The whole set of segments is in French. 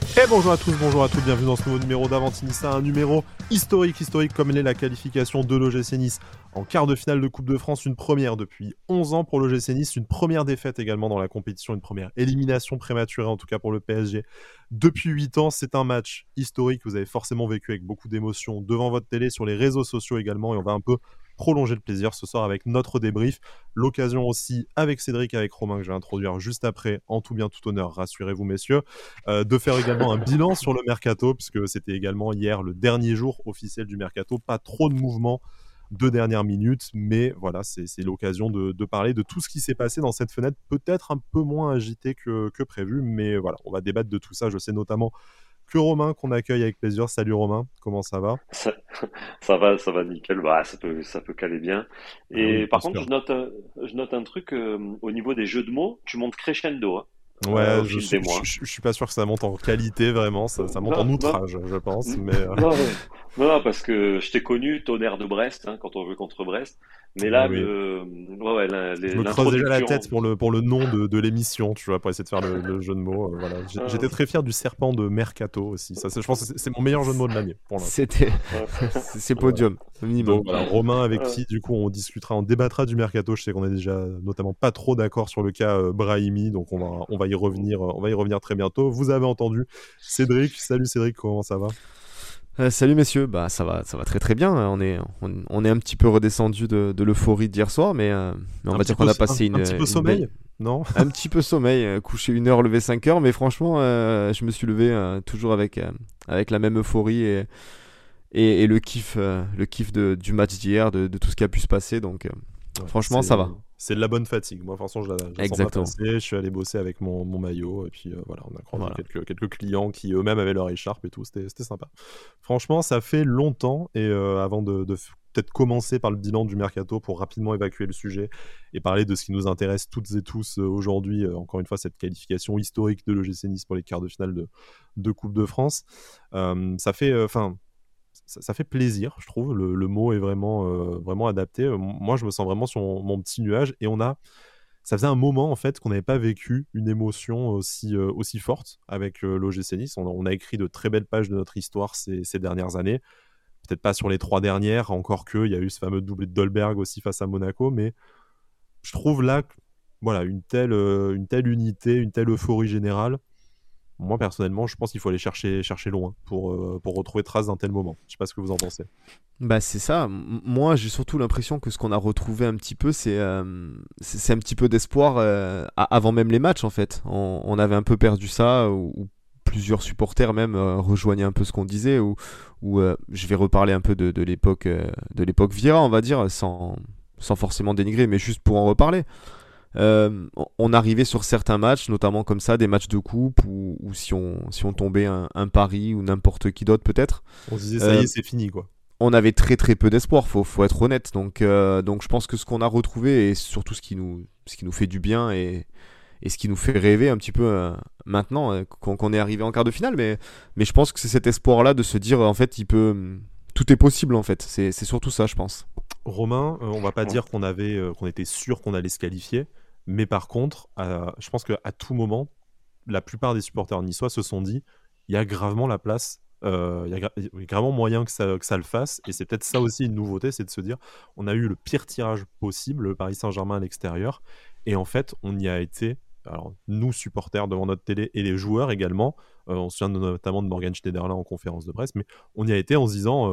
Et bonjour à tous, bonjour à toutes, bienvenue dans ce nouveau numéro d'Avantinissa, un numéro historique comme l'est la qualification de l'OGC Nice en quart de finale de Coupe de France, une première depuis 11 ans pour l'OGC Nice, une première défaite également dans la compétition, une première élimination prématurée en tout cas pour le PSG depuis 8 ans. C'est un match historique que vous avez forcément vécu avec beaucoup d'émotions devant votre télé, sur les réseaux sociaux également, et on va un peu prolonger le plaisir ce soir avec notre débrief. L'occasion aussi avec Cédric, avec Romain que je vais introduire juste après, en tout bien tout honneur, rassurez-vous messieurs, de faire également un bilan sur le mercato, puisque c'était également hier le dernier jour officiel du mercato. Pas trop de mouvements de dernière minute, mais voilà, c'est l'occasion de parler de tout ce qui s'est passé dans cette fenêtre, peut-être un peu moins agitée que prévu, mais voilà, on va débattre de tout ça. Je sais notamment que Romain, qu'on accueille avec plaisir. Salut Romain, comment ça va? Ça, ça va nickel. Bah, ça peut caler bien. Ah oui, Et bien par contre, sûr. je note un truc au niveau des jeux de mots. Tu montes crescendo hein, Ouais, au fil des mois. je suis pas sûr que ça monte en qualité vraiment, ça monte en Non, non, outrage, je pense, mais non, non, parce que je t'ai connu, Tonnerre de Brest, hein, quand on joue contre Brest. Mais oui, là, oui. Je me creuse déjà la tête l'introduction. pour le nom de l'émission, tu vois, pour essayer de faire le jeu de mots. Voilà. Ah, J'étais très fier du serpent de Mercato aussi. Ça, je pense que c'est mon meilleur jeu de mots de l'année pour l'instant. C'était ouais, c'est Voilà. podium au minimum. Donc voilà, Romain avec ouais. qui du coup on discutera, on débattra du Mercato. Je sais qu'on est déjà notamment pas trop d'accord sur le cas Brahimi, donc on va y revenir très bientôt. Vous avez entendu Cédric. Salut Cédric, comment ça va? Salut messieurs, bah ça va très très bien. On est un petit peu redescendu de l'euphorie d'hier soir, mais on va dire qu'on a passé Un petit peu une belle, sommeil? Non? un petit peu sommeil, couché 1 heure, levé 5 heures, mais franchement, je me suis levé toujours avec la même euphorie et le kiff du match d'hier, de tout ce qui a pu se passer. Donc Ouais, franchement, ça va. c'est de la bonne fatigue. Moi, de toute façon, je la sens pas Exactement. passer. Je suis allé bosser avec mon maillot. Et puis voilà, on a croisé Voilà. quelques clients qui eux-mêmes avaient leur écharpe et tout. C'était sympa. Franchement, ça fait longtemps. Et avant peut-être commencer par le bilan du mercato pour rapidement évacuer le sujet et parler de ce qui nous intéresse toutes et tous aujourd'hui, encore une fois, cette qualification historique de l'OGC Nice pour les quarts de finale de Coupe de France. Ça fait. Ça fait plaisir, je trouve. Le mot est vraiment adapté. Moi, je me sens vraiment sur mon petit nuage. Et ça faisait un moment, en fait, qu'on n'avait pas vécu une émotion aussi forte avec l'OGC Nice. On a écrit de très belles pages de notre histoire ces dernières années. Peut-être pas sur les 3 dernières, encore qu'il y a eu ce fameux doublé de Dolberg aussi face à Monaco. Mais je trouve là, voilà, une telle unité, une telle euphorie générale. Moi, personnellement, je pense qu'il faut aller chercher loin pour retrouver trace d'un tel moment. Je sais pas ce que vous en pensez. Bah c'est ça. Moi, j'ai surtout l'impression que ce qu'on a retrouvé un petit peu, c'est un petit peu d'espoir avant même les matchs en fait. On avait un peu perdu ça, ou plusieurs supporters même rejoignaient un peu ce qu'on disait, ou je vais reparler un peu de l'époque Vieira, on va dire, sans forcément dénigrer, mais juste pour en reparler. On arrivait sur certains matchs, notamment comme ça, des matchs de coupe, ou si on tombait un Paris ou n'importe qui d'autre peut-être. On se disait, ça y Euh, est, c'est fini, quoi. on avait très très peu d'espoir, faut être honnête. Donc je pense que ce qu'on a retrouvé, et surtout ce qui nous fait du bien, et ce qui nous fait rêver un petit peu maintenant qu'on est arrivé en quart de finale, mais je pense que c'est cet espoir-là de se dire en fait tout est possible en fait. C'est surtout ça, je pense. Romain, on va pas dire qu'on était sûr qu'on allait se qualifier, mais par contre, je pense qu'à tout moment, la plupart des supporters niçois se sont dit, il y a gravement la place, il y a gravement moyen que ça le fasse, et c'est peut-être ça aussi une nouveauté, c'est de se dire, on a eu le pire tirage possible, le Paris Saint-Germain à l'extérieur, et en fait, on y a été. Alors, nous, supporters devant notre télé et les joueurs également, on se souvient notamment de Morgan Schneiderlin en conférence de presse, mais on y a été en se disant,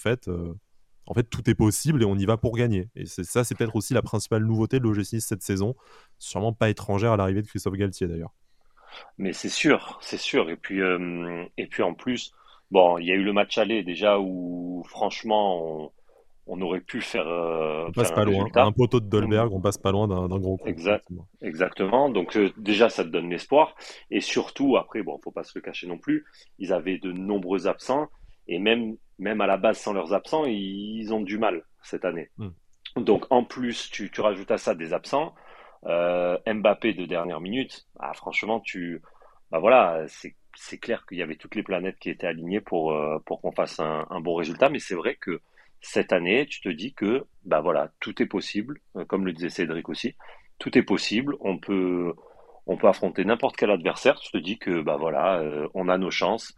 en fait, tout est possible et on y va pour gagner. Et c'est peut-être aussi la principale nouveauté de l'OGC Nice cette saison, sûrement pas étrangère à l'arrivée de Christophe Galtier d'ailleurs. Mais c'est sûr, c'est sûr. Et puis en plus, bon, il y a eu le match aller déjà où franchement on aurait pu On passe faire un pas loin, à un résultat. poteau de Mm, Dolberg, on passe pas loin d'un gros coup, Exact, effectivement. exactement. Donc déjà ça te donne l'espoir. Et surtout après, bon, faut pas se le cacher non plus, ils avaient de nombreux absents et même à la base sans leurs absents, ils ont du mal cette année. Hmm. Donc en plus tu rajoutes à ça des absents. Mbappé de dernière minute, ah, franchement, bah voilà, c'est clair qu'il y avait toutes les planètes qui étaient alignées pour qu'on fasse un bon résultat. Mais c'est vrai que cette année, tu te dis que bah voilà, tout est possible, comme le disait Cédric aussi, tout est possible. on peut affronter n'importe quel adversaire. Tu te dis que bah voilà, on a nos chances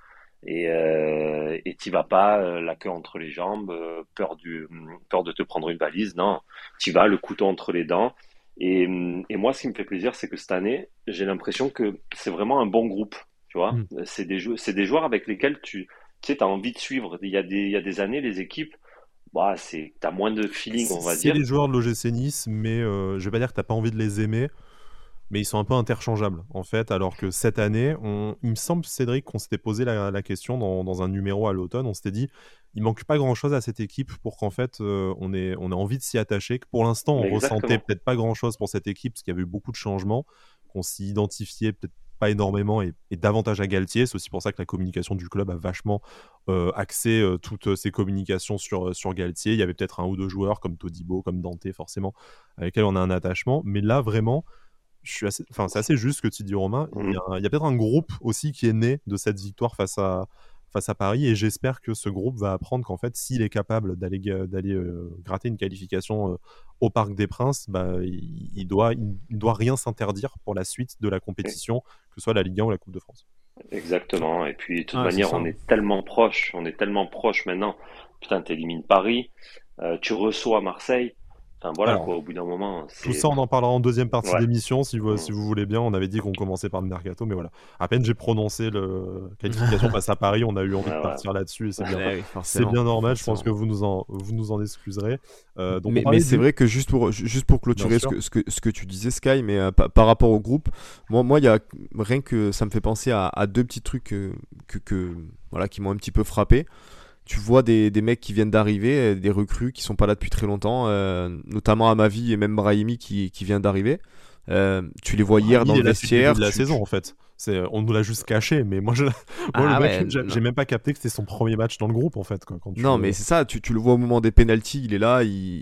et t'y vas pas la queue entre les jambes, peur de te prendre une valise. Non, t'y vas le couteau entre les dents. Et moi, ce qui me fait plaisir, c'est que cette année, j'ai l'impression que c'est vraiment un bon groupe. Tu vois, Mm. c'est des joueurs avec lesquels tu sais, t'as envie de suivre. Il y a des années, les équipes, bah, t'as moins de feeling, on va C'est les dire. joueurs de l'OGC Nice, mais je vais pas dire que t'as pas envie de les aimer, mais ils sont un peu interchangeables en fait. Alors que cette année, il me semble, Cédric, qu'on s'était posé la question dans un numéro à l'automne. On s'était dit, il manque pas grand-chose à cette équipe pour qu'en fait on ait envie de s'y attacher. Que pour l'instant, on Mais ressentait exactement. peut-être pas grand-chose pour cette équipe parce qu'il y avait eu beaucoup de changements, qu'on s'y identifiait peut-être pas énormément et davantage à Galtier. C'est aussi pour ça que la communication du club a vachement axé toutes ses communications sur Galtier. Il y avait peut-être un ou deux joueurs comme Todibo, comme Dante, forcément, avec lesquels on a un attachement. Mais là, vraiment, enfin, c'est assez juste ce que tu dis, Romain. Mhm. Il y a peut-être un groupe aussi qui est né de cette victoire face à Paris, et j'espère que ce groupe va apprendre qu'en fait, s'il est capable d'aller gratter une qualification au Parc des Princes, bah, il doit rien s'interdire pour la suite de la compétition, que ce soit la Ligue 1 ou la Coupe de France. Exactement. Et puis, de toute Ah, c'est manière, ça, hein. on est tellement proche maintenant. Putain, t'élimines Paris, tu reçois Marseille. Enfin, voilà, Alors, quoi, au bout d'un moment, tout c'est, ça, on en parlera en deuxième partie ouais. d'émission, si Mm. vous voulez bien. On avait dit qu'on commençait par le mercato, mais voilà. À peine j'ai prononcé le qualification face à Paris, on a eu envie de Ouais, ouais. partir là-dessus, et Eh oui, c'est forcément, bien normal. Je pense forcément. que vous nous en excuserez. Donc on Mais parlait c'est du... vrai que juste pour Bien clôturer sûr. ce que tu disais, Sky, mais par rapport au groupe, moi, il y a rien que ça me fait penser à deux petits trucs voilà, qui m'ont un petit peu frappé. Tu vois des mecs qui viennent d'arriver, des recrues qui sont pas là depuis très longtemps, notamment Amavi et même Brahimi qui vient d'arriver. Tu les vois hier Brahimi, dans il le est là depuis le début vestiaire. de la saison, en fait. On nous l'a juste caché, mais moi, moi le Ah mec, ouais, j'ai même pas capté que c'était son premier match dans le groupe, en fait, quoi, quand tu non, le... mais c'est ça, tu le vois au moment des pénaltys, il est là,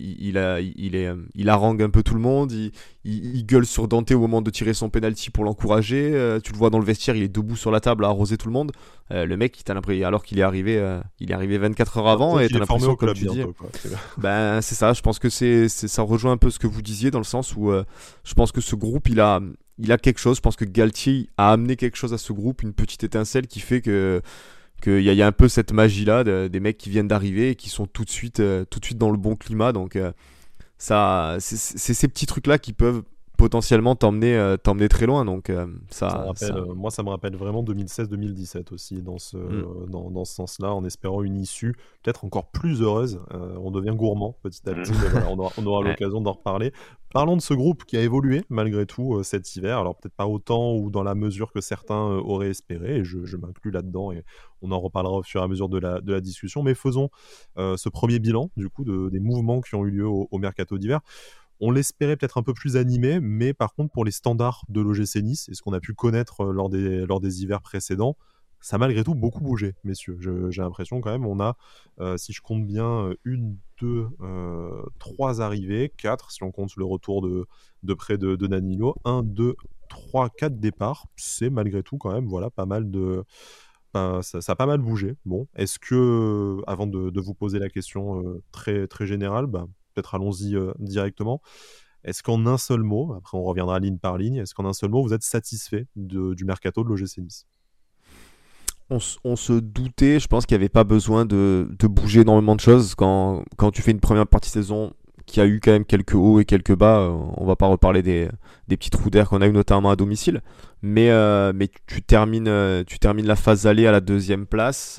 il harangue un peu tout le monde, il gueule sur Dante au moment de tirer son pénalty pour l'encourager, tu le vois dans le vestiaire, il est debout sur la table à arroser tout le monde. Le mec, t'as l'impression, alors qu'il il est arrivé 24 heures J'ai avant, l'impression et qu'il t'as est formé l'impression, au comme club tu dis, bientôt, quoi. ben c'est ça, je pense que ça rejoint un peu ce que vous disiez, dans le sens où je pense que ce groupe, il a quelque chose, je pense que Galtier a amené quelque chose à ce groupe, une petite étincelle qui fait qu'il y a un peu cette magie là des mecs qui viennent d'arriver et qui sont tout de suite dans le bon climat, donc ça c'est ces petits trucs là qui peuvent potentiellement t'emmener très loin, donc Ça me rappelle, ça moi, ça me rappelle vraiment 2016-2017 aussi, mm, dans ce sens-là, en espérant une issue peut-être encore plus heureuse. On devient gourmand petit à petit, mais Mm. voilà, on aura ouais, l'occasion d'en reparler. Parlons de ce groupe qui a évolué malgré tout cet hiver, alors peut-être pas autant ou dans la mesure que certains auraient espéré, et je m'inclus là-dedans, et on en reparlera au fur et à mesure de la discussion, mais faisons ce premier bilan du coup des mouvements qui ont eu lieu au mercato d'hiver. On l'espérait peut-être un peu plus animé, mais par contre, pour les standards de l'OGC Nice et ce qu'on a pu connaître lors des hivers précédents, ça a malgré tout beaucoup bougé, messieurs. J'ai l'impression quand même, on a, si je compte bien, une, deux, trois arrivées, quatre, si on compte le retour de près de Danilo, un, deux, trois, quatre départs. C'est malgré tout quand même, voilà, pas mal de... ça a pas mal bougé. Bon, est-ce que, avant de vous poser la question très, très générale, bah, peut-être allons-y directement. Est-ce qu'en un seul mot, après on reviendra ligne par ligne, est-ce qu'en un seul mot, vous êtes satisfait du mercato de l'OGC Nice? on se doutait, je pense qu'il n'y avait pas besoin de bouger énormément de choses quand tu fais une première partie de saison qui a eu quand même quelques hauts et quelques bas. On va pas reparler des petits trous d'air qu'on a eu notamment à domicile, mais tu termines la phase aller à la deuxième place.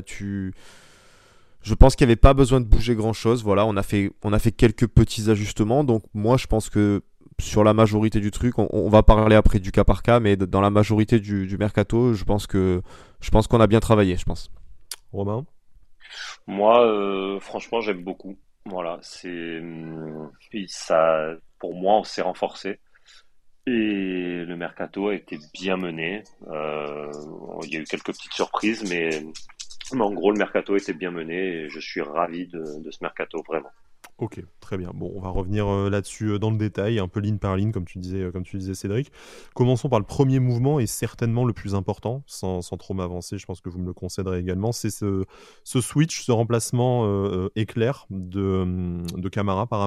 Je pense qu'il n'y avait pas besoin de bouger grand chose. Voilà, on a fait quelques petits ajustements. Donc moi, je pense que sur la majorité du truc, on va parler après du cas par cas, mais dans la majorité du mercato, je pense qu'on a bien travaillé, je pense. Romain? Moi, franchement, j'aime beaucoup. Voilà, puis ça, pour moi, on s'est renforcé. Et le mercato a été bien mené. Il y a eu quelques petites surprises, mais en gros, le mercato était bien mené et je suis ravi de ce mercato, vraiment. Ok, très bien. Bon, on va revenir là-dessus dans le détail, un peu ligne par ligne, comme tu disais, Cédric. Commençons par le premier mouvement et certainement le plus important, sans trop m'avancer, je pense que vous me le concéderez également, c'est ce switch, ce remplacement éclair de Camara par Amavi.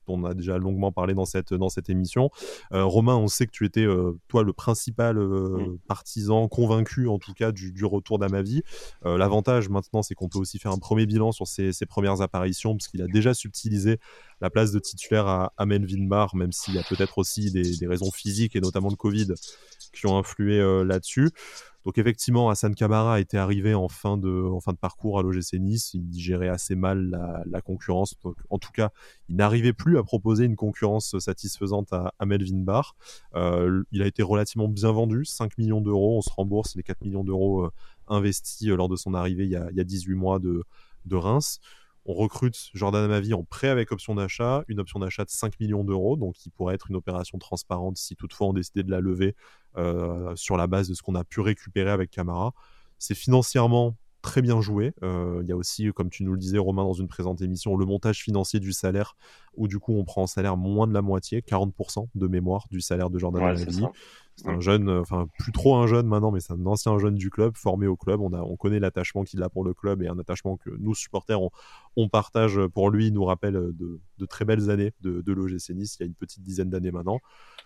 on a déjà longuement parlé dans cette émission. Romain, on sait que tu étais, toi, le principal partisan, convaincu en tout cas du retour d'Amavi. L'avantage maintenant, c'est qu'on peut aussi faire un premier bilan sur ses premières apparitions, parce qu'il a déjà subtilisé la place de titulaire à Melvin Barr, même s'il y a peut-être aussi des raisons physiques, et notamment le Covid, qui ont influé là-dessus. Donc effectivement, Hassan Camara était arrivé en fin de parcours à l'OGC Nice. Il digérait assez mal la concurrence. Donc, en tout cas, il n'arrivait plus à proposer une concurrence satisfaisante à Melvin Barr. Il a été relativement bien vendu, 5 millions d'euros. On se rembourse les 4 millions d'euros investis lors de son arrivée il y a 18 mois de Reims. On recrute Jordan Amavi en prêt avec option d'achat, une option d'achat de 5 millions d'euros, donc qui pourrait être une opération transparente si toutefois on décidait de la lever sur la base de ce qu'on a pu récupérer avec Camara. C'est financièrement très bien joué. Il y a aussi, comme tu nous le disais Romain dans une présente émission, le montage financier du salaire, où du coup on prend en salaire moins de la moitié, 40% de mémoire du salaire de Jordan Amavi. C'est un jeune, enfin plus trop un jeune maintenant, mais c'est un ancien jeune du club, formé au club. On connaît l'attachement qu'il a pour le club, et un attachement que nous, supporters, on partage pour lui. Il nous rappelle de très belles années de l'OGC Nice, il y a une petite dizaine d'années maintenant.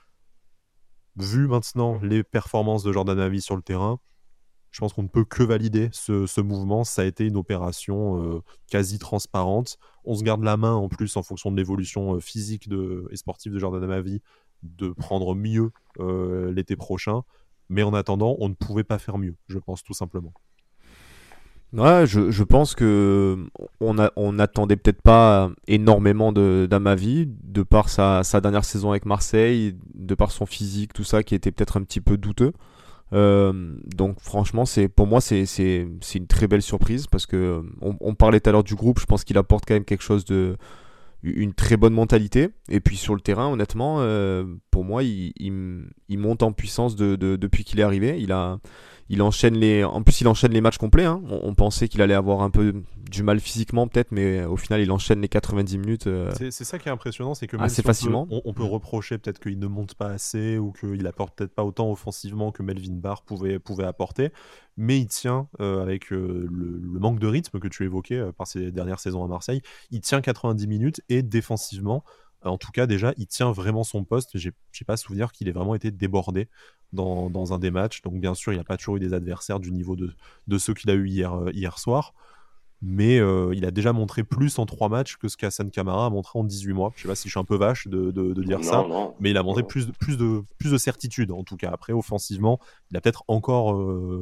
Vu maintenant les performances de Jordan Amavi sur le terrain, je pense qu'on ne peut que valider ce mouvement. Ça a été une opération quasi transparente. On se garde la main en plus en fonction de l'évolution physique et sportive de Jordan Amavi, de prendre mieux l'été prochain. Mais en attendant, on ne pouvait pas faire mieux, je pense, tout simplement. Ouais, je pense que on attendait peut-être pas énormément d'Amavi, de par sa dernière saison avec Marseille, de par son physique, tout ça qui était peut-être un petit peu douteux. Donc franchement, pour moi c'est une très belle surprise, parce que on parlait tout à l'heure du groupe. Je pense qu'il apporte quand même quelque chose une très bonne mentalité, et puis sur le terrain, honnêtement, pour moi il monte en puissance depuis qu'il est arrivé. Il enchaîne les matchs complets, hein. On pensait qu'il allait avoir un peu du mal physiquement peut-être, mais au final il enchaîne les 90 minutes c'est ça qui est impressionnant, c'est que même assez si facilement. on peut reprocher peut-être qu'il ne monte pas assez, ou qu'il apporte peut-être pas autant offensivement que Melvin Barr pouvait apporter, mais il tient avec le manque de rythme que tu évoquais par ses dernières saisons à Marseille. Il tient 90 minutes, et défensivement, en tout cas déjà, il tient vraiment son poste. J'ai pas souvenir qu'il ait vraiment été débordé dans un des matchs. Donc bien sûr, il n'a pas toujours eu des adversaires du niveau de ceux qu'il a eu hier soir. Mais il a déjà montré plus en 3 matchs que ce qu'Hassan Camara a montré en 18 mois. Je sais pas si je suis un peu vache de dire ça, mais il a montré plus de certitude, en tout cas. Après, offensivement, il a peut-être encore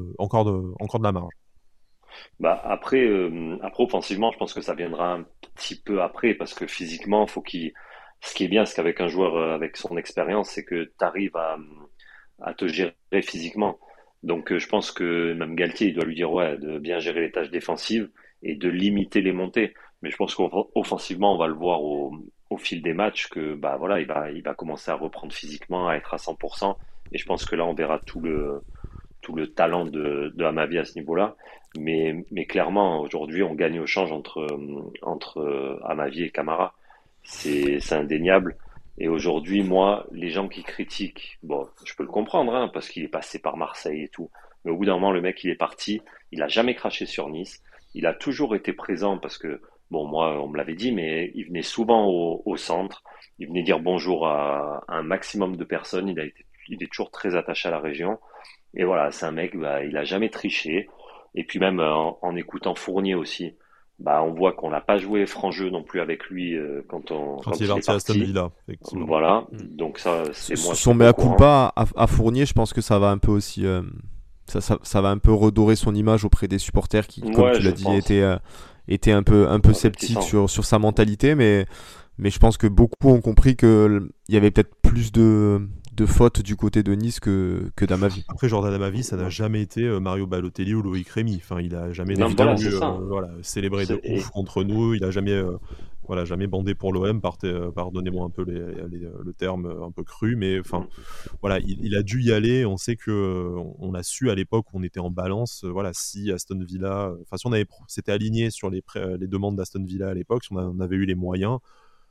de la marge. Après, offensivement, je pense que ça viendra un petit peu après, parce que physiquement, ce qui est bien, c'est qu'avec un joueur avec son expérience, c'est que tu arrives à te gérer physiquement. Donc, je pense que même Galtier, il doit lui dire, ouais, de bien gérer les tâches défensives et de limiter les montées. Mais je pense qu'offensivement, on va le voir au fil des matchs que, bah voilà, il va commencer à reprendre physiquement, à être à 100%. Et je pense que là, on verra tout le talent de Amavi à ce niveau-là. Mais clairement, aujourd'hui, on gagne au change entre Amavi et Camara. C'est indéniable. Et aujourd'hui, moi, les gens qui critiquent, bon, je peux le comprendre, hein, parce qu'il est passé par Marseille et tout. Mais au bout d'un moment, le mec, il est parti. Il a jamais craché sur Nice. Il a toujours été présent, parce que, bon, moi, on me l'avait dit, mais il venait souvent au centre. Il venait dire bonjour à un maximum de personnes. Il est toujours très attaché à la région. Et voilà, c'est un mec, bah, il a jamais triché. Et puis même en écoutant Fournier aussi, bah, on voit qu'on n'a pas joué franc jeu non plus avec lui Quand il est il est parti à Aston parti. Villa, effectivement. Voilà, donc ça, c'est moi, je Son suis pas au mea courant. culpa à Fournier, je pense que ça va un peu aussi ça va un peu redorer son image auprès des supporters qui, comme Ouais, tu l'as je dit, pense. étaient un peu sceptiques Réticent. sur sa mentalité, mais je pense que beaucoup ont compris qu'il y avait peut-être plus de fautes du côté de Nice que d'Amavi. Après, Jordan Amavi, ça n'a jamais été Mario Balotelli ou Loïc Rémy. Enfin, il a jamais non Non, mais voilà, Évidemment. c'est plus ça. voilà, célébré de ouf Et, contre nous. Il a jamais, jamais bandé pour l'OM. Pardonnez-moi un peu le terme un peu cru, mais enfin, voilà, il a dû y aller. On sait que on a su à l'époque où on était en balance. Voilà, si Aston Villa, enfin, si on s'était aligné sur les demandes d'Aston Villa à l'époque, si on avait eu les moyens,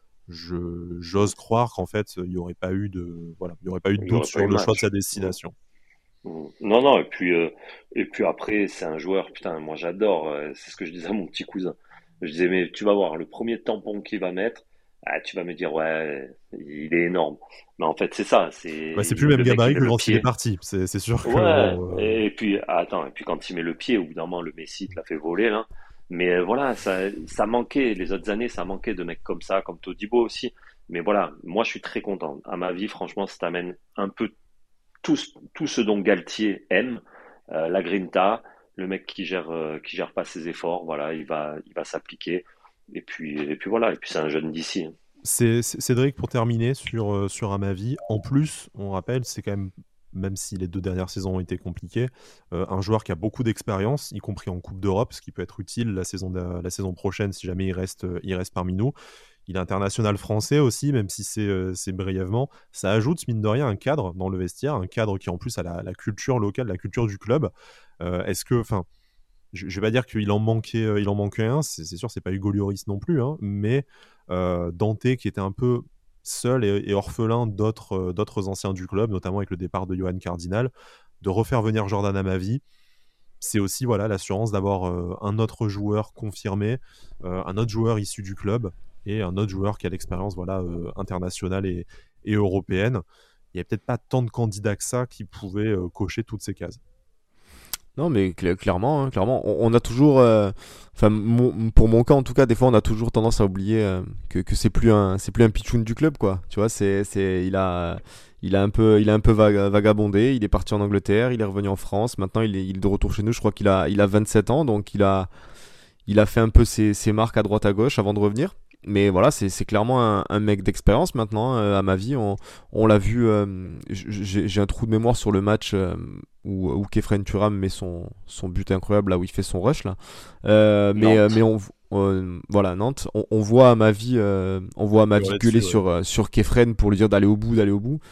j'ose croire qu'en fait il n'y aurait pas eu il y aurait pas eu de il n'y doute aurait pas sur eu le choix de sa match. destination. Non, non, et puis après, c'est un joueur, putain, moi j'adore, c'est ce que je disais à mon petit cousin. Je disais, mais tu vas voir, le premier tampon qu'il va mettre, Ah, tu vas me dire, ouais, il est énorme. Mais en fait, c'est ça. Ouais, c'est plus le même Le mec, il gabarit met que le quand il est pied. parti. C'est sûr que Ouais. bon. Et puis, attends, et puis quand il met le pied, au bout d'un moment, le Messi te l'a fait voler, là. Mais voilà, ça manquait. Les autres années, ça manquait de mecs comme ça, comme Todibo aussi. Mais voilà, moi, je suis très content. À ma vie, franchement, ça t'amène un peu tout ce dont Galtier aime. La grinta, le mec qui gère pas ses efforts, voilà, il va s'appliquer. Et puis voilà, et puis c'est un jeune d'ici, hein. Cédric, pour terminer sur Amavi, en plus, on rappelle, c'est quand même si les 2 dernières saisons ont été compliquées, un joueur qui a beaucoup d'expérience, y compris en Coupe d'Europe, ce qui peut être utile la saison prochaine si jamais il reste parmi nous. Il est international français aussi, même si c'est brièvement. Ça ajoute, mine de rien, un cadre dans le vestiaire, un cadre qui en plus a la culture locale, la culture du club. Est-ce que, enfin, je vais pas dire il en manquait un, c'est sûr, c'est pas Hugo Lloris non plus, hein, mais Dante qui était un peu seul et orphelin d'autres anciens du club, notamment avec le départ de Johan Cardinal, de refaire venir Jordan Amavi, c'est aussi voilà l'assurance d'avoir un autre joueur confirmé, un autre joueur issu du club et un autre joueur qui a l'expérience voilà internationale et européenne. Il n'y avait peut-être pas tant de candidats que ça qui pouvaient cocher toutes ces cases. Non, mais clairement, hein, clairement, on a toujours, enfin, pour mon cas en tout cas, des fois, on a toujours tendance à oublier que c'est plus un pitchoun du club, quoi. Tu vois, il a un peu vagabondé. Il est parti en Angleterre, il est revenu en France. Maintenant, il est de retour chez nous. Je crois il a 27 ans, donc il a fait un peu ses marques à droite à gauche avant de revenir. Mais voilà, c'est clairement un mec d'expérience maintenant. À ma vie, on l'a vu. J'ai un trou de mémoire sur le match où Kefren Turam met son but incroyable là où il fait son rush là. Mais Nantes. voilà, Nantes. On voit à ma vie gueuler Là-dessus, ouais. sur Kefren pour lui dire d'aller au bout, d'aller au bout.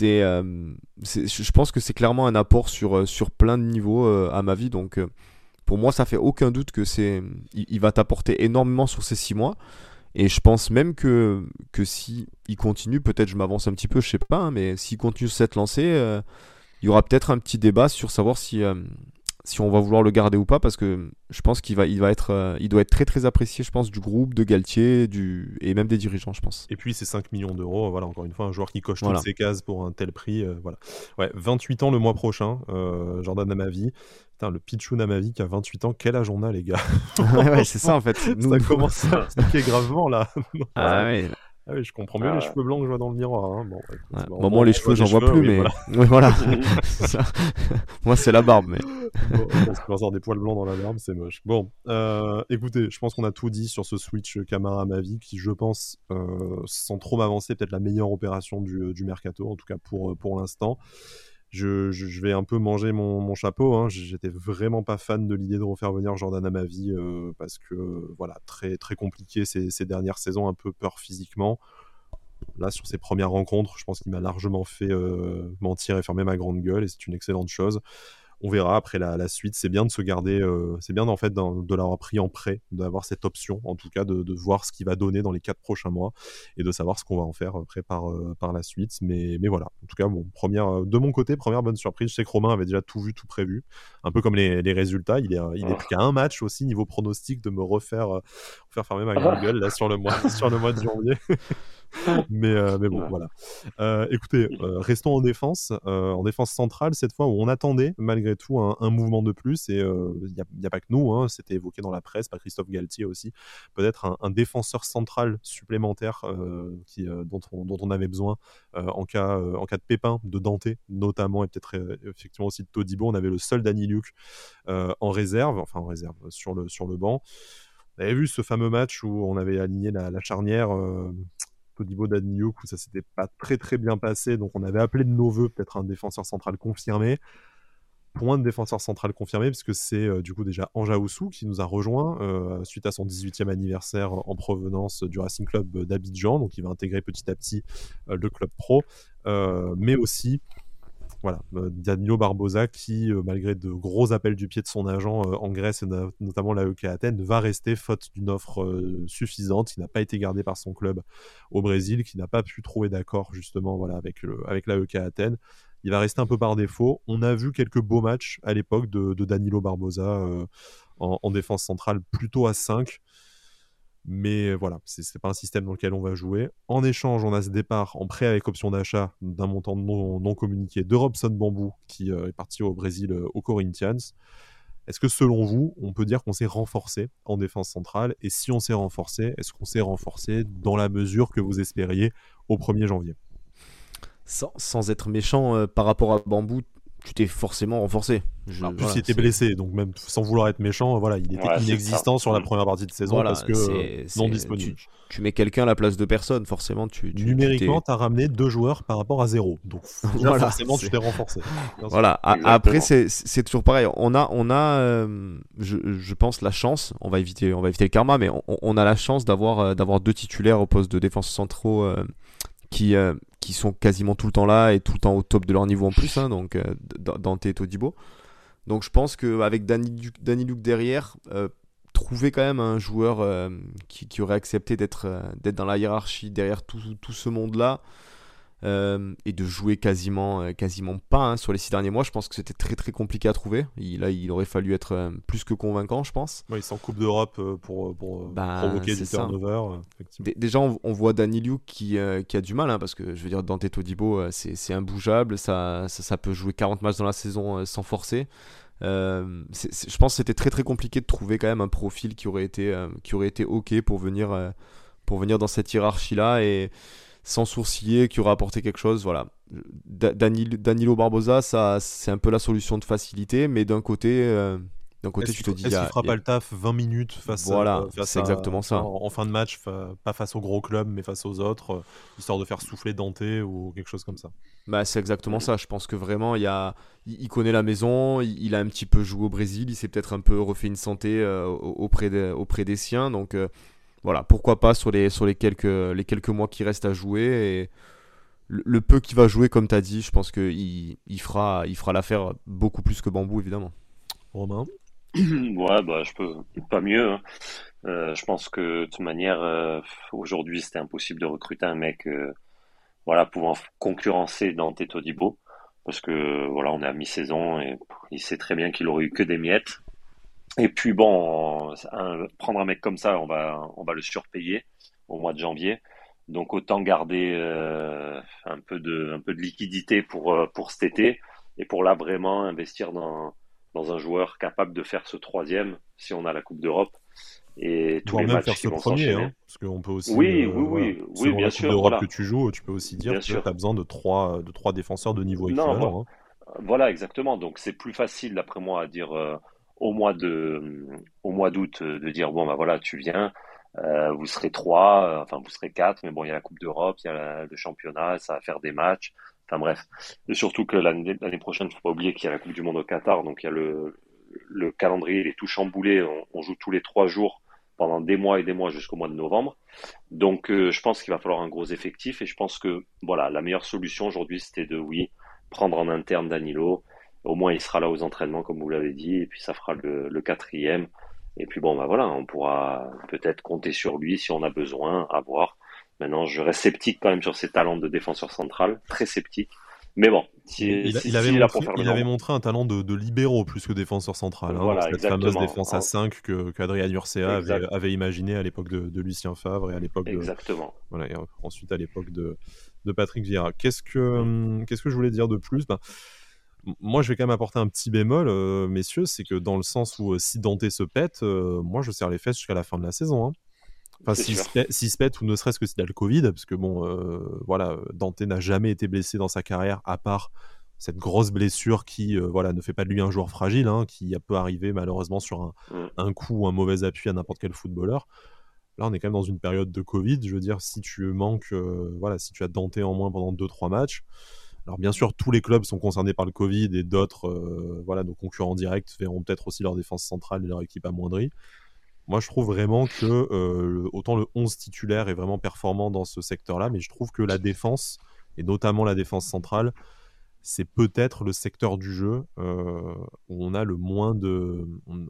Je pense que c'est clairement un apport sur plein de niveaux à ma vie. Donc pour moi, ça fait aucun doute que il va t'apporter énormément sur ces 6 mois. Et je pense même que si il continue, peut-être je m'avance un petit peu, je sais pas, hein, mais s'il continue sur cette lancée, il y aura peut-être un petit débat sur savoir si on va vouloir le garder ou pas, parce que je pense il doit être très très apprécié, je pense, du groupe, de Galtier, et même des dirigeants, je pense. Et puis c'est 5 millions d'euros, voilà, encore une fois, un joueur qui coche toutes Voilà. ses cases pour un tel prix. Voilà. Ouais, 28 ans le mois prochain, Jordan Amavi. Putain, le Pichoun Amavi qui a 28 ans, quel âge on a, les gars? Ouais, ouais, c'est ça Franchement, en fait. ça commence à piquer gravement là. Ah ouais. Ah oui, je comprends mieux les Ah cheveux blancs que je vois dans le miroir, hein. Bon, écoute, Ouais. bah, Bon, moi les on voit cheveux, des j'en vois cheveux, plus, oui, mais voilà. ouais, voilà. ouais. C'est ça. Moi, c'est la barbe, mais. Bon, parce que avoir des poils blancs dans la barbe, c'est moche. Bon, écoutez, je pense qu'on a tout dit sur ce switch Camara Amavi, qui, je pense, sans trop m'avancer, peut-être la meilleure opération du mercato, en tout cas pour l'instant. Je vais un peu manger mon chapeau, hein. J'étais vraiment pas fan de l'idée de refaire venir Jordan Amavi, parce que, voilà, très, très compliqué ces dernières saisons, un peu peur physiquement. Là, sur ses premières rencontres, je pense qu'il m'a largement fait mentir et fermer ma grande gueule, et c'est une excellente chose. On verra après la suite. C'est bien de se garder, c'est bien en fait de l'avoir pris en prêt, d'avoir cette option, en tout cas de voir ce qu'il va donner dans les 4 prochains mois et de savoir ce qu'on va en faire après par la suite. Mais voilà, en tout cas, bon, de mon côté, première bonne surprise. Je sais que Romain avait déjà tout vu, tout prévu, un peu comme les résultats. Il est plus qu'à un match aussi niveau pronostic de me faire fermer ma grande gueule là sur le mois, sur le mois de janvier. Mais bon, Ouais. voilà. Écoutez, restons en défense centrale cette fois, où on attendait malgré tout un mouvement de plus. Et il n'y a pas que nous, hein, c'était évoqué dans la presse par Christophe Galtier aussi. Peut-être un défenseur central supplémentaire dont on avait besoin en cas de pépin de Dante notamment, et peut-être effectivement aussi de Todibo. On avait le seul Danny Luc en réserve sur le banc. On avait vu ce fameux match où on avait aligné la charnière. Todibo Daniuk où ça s'était pas très très bien passé, donc on avait appelé de nos voeux peut-être un défenseur central confirmé. Point de défenseur central confirmé, puisque c'est du coup déjà Anja Oussou qui nous a rejoint suite à son 18e anniversaire en provenance du Racing Club d'Abidjan, donc il va intégrer petit à petit le club pro, mais aussi voilà, Danilo Barbosa qui, malgré de gros appels du pied de son agent en Grèce et notamment l'AEK Athènes, va rester faute d'une offre suffisante, qui n'a pas été gardée par son club au Brésil, qui n'a pas pu trouver d'accord justement voilà, avec l'AEK Athènes. Il va rester un peu par défaut. On a vu quelques beaux matchs à l'époque de Danilo Barbosa en défense centrale, plutôt à 5. Mais voilà, c'est pas un système dans lequel on va jouer. En échange, on a ce départ en prêt avec option d'achat d'un montant non communiqué de Robson Bambou, qui est parti au Brésil au Corinthians. Est-ce que selon vous, on peut dire qu'on s'est renforcé en défense centrale? Et si on s'est renforcé, est-ce qu'on s'est renforcé dans la mesure que vous espériez au 1er janvier? Sans être méchant par rapport à Bambou, tu t'es forcément renforcé. En plus, il était blessé, donc même sans vouloir être méchant, voilà, il était inexistant sur la première partie de saison parce que non disponible. Tu mets quelqu'un à la place de personne, forcément. Numériquement, tu as ramené 2 joueurs par rapport à 0. Donc forcément, tu t'es renforcé. Voilà. Après, c'est toujours pareil. On a je pense, la chance, on va éviter le karma, mais on a la chance d'avoir 2 titulaires au poste de défense centraux qui sont quasiment tout le temps là et tout le temps au top de leur niveau en plus, hein, donc Dante et Todibo. Donc je pense qu'avec Danny Luke derrière, trouver quand même un joueur qui aurait accepté d'être dans la hiérarchie derrière tout ce monde-là, et de jouer quasiment pas, hein, sur les 6 derniers mois, je pense que c'était très très compliqué à trouver. Il aurait fallu être plus que convaincant, je pense. Oui, sans Coupe d'Europe pour provoquer du turnover. Déjà, on voit Danny Luke qui a du mal, hein, parce que je veux dire, Dante Todibo, c'est imbougeable, ça peut jouer 40 matchs dans la saison sans forcer. Je pense que c'était très très compliqué de trouver quand même un profil qui aurait été ok pour venir dans cette hiérarchie là et sans sourciller, qui aurait apporté quelque chose. Voilà, Danilo Barbosa, ça c'est un peu la solution de facilité, mais d'un côté tu te dis, est-ce qu'il fera pas le taf 20 minutes face c'est exactement ça. En fin de match, pas face au gros club mais face aux autres, histoire de faire souffler Dante ou quelque chose comme ça. Bah, c'est exactement ça. Je pense que vraiment il connaît la maison, il a un petit peu joué au Brésil, il s'est peut-être un peu refait une santé auprès des siens, donc voilà, pourquoi pas sur les quelques mois qui restent à jouer, et le peu qu'il va jouer, comme tu as dit, je pense qu'il fera l'affaire beaucoup plus que Bambou, évidemment. Romain? Ouais, bah je peux pas mieux, hein. Je pense que de toute manière, aujourd'hui c'était impossible de recruter un mec pouvant concurrencer Dante Todibo, parce que voilà, on est à mi-saison et il sait très bien qu'il aurait eu que des miettes. Et puis bon, prendre un mec comme ça, on va le surpayer au mois de janvier. Donc autant garder un peu de liquidité pour cet été, et pour là vraiment investir dans un joueur capable de faire ce 3e si on a la Coupe d'Europe et tous les matchs qui vont s'enchaîner. Hein, parce qu'on peut aussi, oui, selon bien la sûr. Coupe d'Europe que tu joues, tu peux aussi dire que tu as besoin de trois défenseurs de niveau équivalent. Voilà, exactement. Donc c'est plus facile, d'après moi, à dire au mois d'août, de dire bon bah voilà, tu viens, vous serez 3, enfin vous serez 4, mais bon, il y a la Coupe d'Europe, il y a le championnat, ça va faire des matchs. Enfin bref, et surtout que l'année prochaine, faut pas oublier qu'il y a la Coupe du Monde au Qatar, donc il y a le calendrier, il est tout chamboulé. On joue tous les 3 jours pendant des mois et des mois jusqu'au mois de novembre. Donc je pense qu'il va falloir un gros effectif, et je pense que voilà, la meilleure solution aujourd'hui, c'était prendre en interne Danilo. Au moins il sera là aux entraînements, comme vous l'avez dit, et puis ça fera le 4e. Et puis bon, bah voilà, on pourra peut-être compter sur lui si on a besoin, à voir. Maintenant, je reste sceptique quand même sur ses talents de défenseur central, très sceptique. Mais bon, il avait montré un talent de libéraux plus que défenseur central. Voilà, cette fameuse défense à 5 qu'Adrien Urcea avait imaginé à l'époque de Lucien Favre et à l'époque et ensuite à l'époque de Patrick Vieira. Qu'est-ce que je voulais dire de plus? Moi, je vais quand même apporter un petit bémol, messieurs, c'est que dans le sens où si Dante se pète, moi je serre les fesses jusqu'à la fin de la saison. Hein. Enfin, s'il se pète, ou ne serait-ce que s'il a le Covid, parce que bon, Dante n'a jamais été blessé dans sa carrière, à part cette grosse blessure qui ne fait pas de lui un joueur fragile, hein, qui peut arriver malheureusement sur un coup ou un mauvais appui à n'importe quel footballeur. Là, on est quand même dans une période de Covid. Je veux dire, si tu manques, si tu as Dante en moins pendant 2-3 matchs, alors bien sûr, tous les clubs sont concernés par le Covid, et d'autres, nos concurrents directs verront peut-être aussi leur défense centrale et leur équipe amoindrie. Moi, je trouve vraiment que autant le 11 titulaire est vraiment performant dans ce secteur-là, mais je trouve que la défense, et notamment la défense centrale, c'est peut-être le secteur du jeu où on a le moins de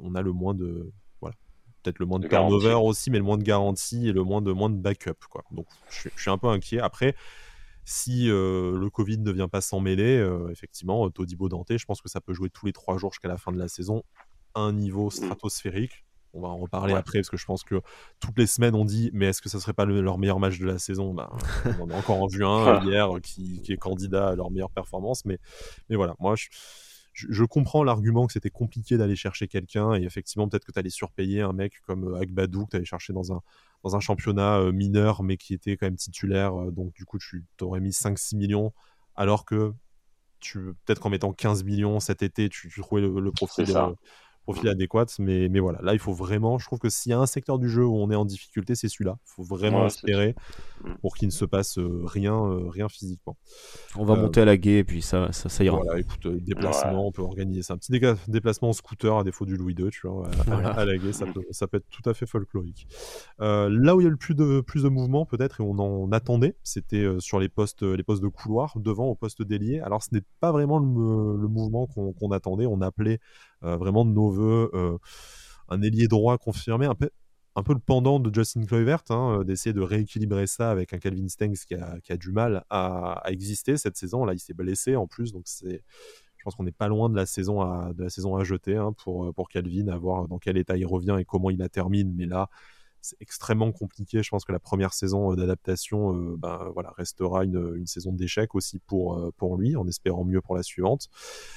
peut-être le moins de turnover aussi, mais le moins de garantie et le moins de backup, quoi. Donc je suis un peu inquiet. Après, si le Covid ne vient pas s'en mêler, effectivement, Todibo, Dante, je pense que ça peut jouer tous les 3 jours jusqu'à la fin de la saison à un niveau stratosphérique. on va en reparler Ouais. après, parce que je pense que toutes les semaines on dit, mais est-ce que ça serait pas leur meilleur match de la saison? On en a encore vu un hier qui est candidat à leur meilleure performance, mais voilà, moi je comprends l'argument que c'était compliqué d'aller chercher quelqu'un, et effectivement peut-être que tu allais surpayer un mec comme Agbadou que tu allais chercher dans un championnat mineur, mais qui était quand même titulaire, donc du coup tu t'aurais mis 5-6 millions, alors que peut-être qu'en mettant 15 millions cet été, tu trouvais le C'est ça. profil adéquat, mais voilà, là il faut vraiment, je trouve que s'il y a un secteur du jeu où on est en difficulté, c'est celui-là. Il faut vraiment Ouais, c'est sûr. espérer pour qu'il ne se passe rien physiquement. On va monter à la guet et puis ça ira. Voilà, écoute, déplacement, on peut organiser ça. Un petit déplacement en scooter à défaut du Louis II, tu vois, Voilà. à la guet, ça peut être tout à fait folklorique. Là où il y a le plus de mouvement peut-être, et on en attendait, c'était sur les postes de couloir, devant au poste d'ailier. Alors ce n'est pas vraiment le mouvement qu'on attendait. On appelait vraiment de nos voeux un ailier droit confirmé, un peu le pendant de Justin Kluivert, d'essayer de rééquilibrer ça avec un Calvin Stengs qui a du mal à exister cette saison. Là, il s'est blessé en plus, donc je pense qu'on n'est pas loin de la saison à jeter, pour Calvin, à voir dans quel état il revient et comment il la termine. Mais là, c'est extrêmement compliqué. Je pense que la première saison d'adaptation voilà, restera une saison d'échec aussi pour lui, en espérant mieux pour la suivante.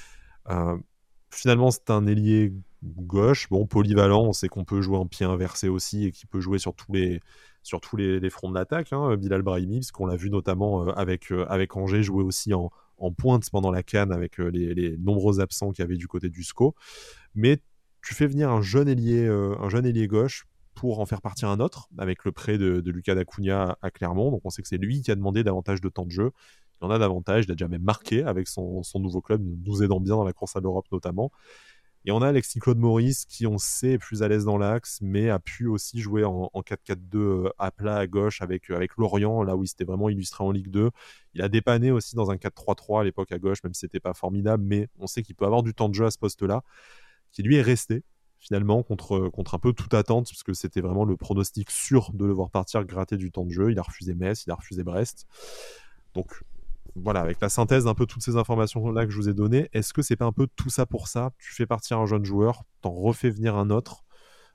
Finalement, c'est un ailier gauche, bon, polyvalent. On sait qu'on peut jouer en pied inversé aussi, et qu'il peut jouer sur tous les fronts de l'attaque, Bilal Brahimi, parce qu'on l'a vu notamment avec Angers jouer aussi en pointe pendant la CAN avec les nombreux absents qu'il y avait du côté du SCO. Mais tu fais venir un jeune ailier gauche pour en faire partir un autre, avec le prêt de Lucas D'Acunha à Clermont. Donc on sait que c'est lui qui a demandé davantage de temps de jeu. Il en a davantage, il a déjà même marqué avec son nouveau club, nous aidant bien dans la course à l'Europe notamment. Et on a Alexis-Claude Maurice qui, on sait, est plus à l'aise dans l'axe, mais a pu aussi jouer en 4-4-2 à plat à gauche avec Lorient, là où il s'était vraiment illustré en Ligue 2. Il a dépanné aussi dans un 4-3-3 à l'époque à gauche, même si c'était pas formidable, mais on sait qu'il peut avoir du temps de jeu à ce poste-là, qui lui est resté finalement contre un peu toute attente, parce que c'était vraiment le pronostic sûr de le voir partir gratter du temps de jeu. Il a refusé Metz, il a refusé Brest. Donc voilà, avec la synthèse d'un peu toutes ces informations-là que je vous ai données, est-ce que c'est pas un peu tout ça pour ça? Tu fais partir un jeune joueur, t'en refais venir un autre.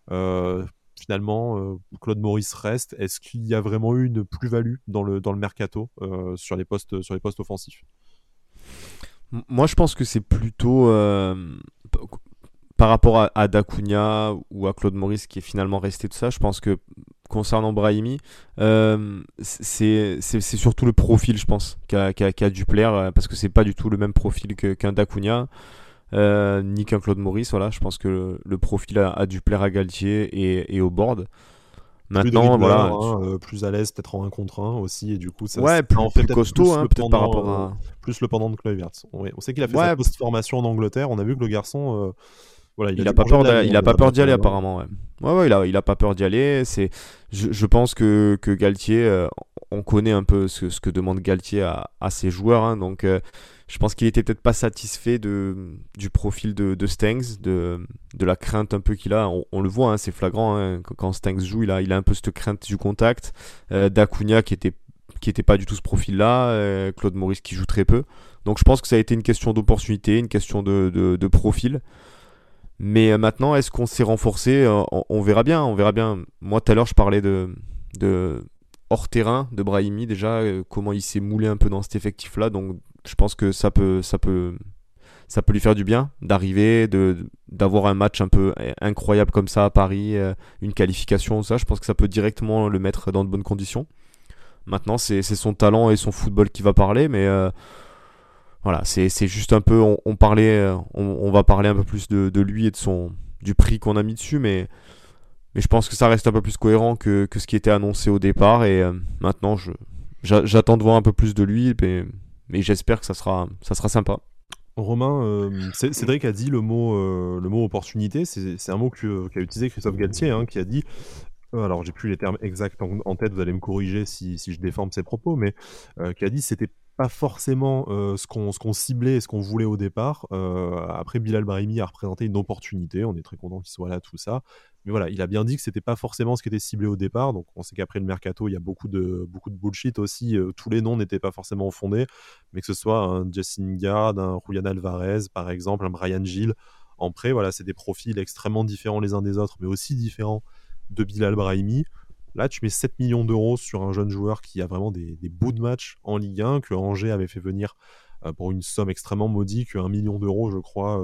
Finalement, Claude Maurice reste. Est-ce qu'il y a vraiment eu une plus-value dans le mercato sur les postes offensifs? Moi, je pense que c'est plutôt par rapport à D'Acunha ou à Claude Maurice qui est finalement resté de ça. Je pense que concernant Brahimi, c'est surtout le profil, je pense, qui a dû plaire, parce que c'est pas du tout le même profil qu'un D'Acunha, ni qu'un Claude Maurice. Voilà, je pense que le profil a dû plaire à Galtier et au board. Maintenant, voilà. Plus à l'aise peut-être en 1 contre 1 aussi, et du coup ça Ouais, en fait plus peut-être costaud, plus le peut-être par pendant, rapport à. plus le pendant de Kluivert. On sait qu'il a fait sa Ouais, post-formation en Angleterre. On a vu que le garçon, voilà, il a pas peur d'y aller apparemment. Ouais, il a pas peur d'y aller. Je pense que Galtier, on connaît un peu ce que demande Galtier à ses joueurs, donc je pense qu'il était peut-être pas satisfait du profil de Stengs, de la crainte un peu qu'il a. On le voit, c'est flagrant, quand Stengs joue, il a un peu cette crainte du contact. D'Acunha qui était pas du tout ce profil-là, Claude Maurice qui joue très peu. Donc je pense que ça a été une question d'opportunité, une question de profil. Mais maintenant, est-ce qu'on s'est renforcé? On verra bien, Moi, tout à l'heure, je parlais de hors terrain de Brahimi, déjà, comment il s'est moulé un peu dans cet effectif-là. Donc, je pense que ça peut lui faire du bien d'arriver, d'avoir un match un peu incroyable comme ça à Paris, une qualification, ça. Je pense que ça peut directement le mettre dans de bonnes conditions. Maintenant, c'est son talent et son football qui va parler, mais voilà, c'est juste un peu, on va parler un peu plus de lui et du prix qu'on a mis dessus, mais je pense que ça reste un peu plus cohérent que ce qui était annoncé au départ, et maintenant j'attends de voir un peu plus de lui, mais j'espère que ça sera sympa. Romain, Cédric a dit le mot opportunité. C'est un mot qu'a utilisé Christophe Galtier, qui a dit, alors j'ai plus les termes exacts en tête, vous allez me corriger si je déforme ses propos, mais qui a dit c'était pas forcément ce qu'on ciblait et ce qu'on voulait au départ. Après, Bilal Brahimi a représenté une opportunité, on est très content qu'il soit là, tout ça. Mais voilà, il a bien dit que c'était pas forcément ce qui était ciblé au départ. Donc on sait qu'après le mercato, il y a beaucoup de bullshit aussi. Tous les noms n'étaient pas forcément fondés, mais que ce soit un Jessine Gard, un Julian Alvarez par exemple, un Brian Gil, en prêt. Voilà, c'est des profils extrêmement différents les uns des autres, mais aussi différents de Bilal Brahimi. Là, tu mets 7 millions d'euros sur un jeune joueur qui a vraiment des bouts de match en Ligue 1, que Angers avait fait venir pour une somme extrêmement modique, 1 million d'euros, je crois,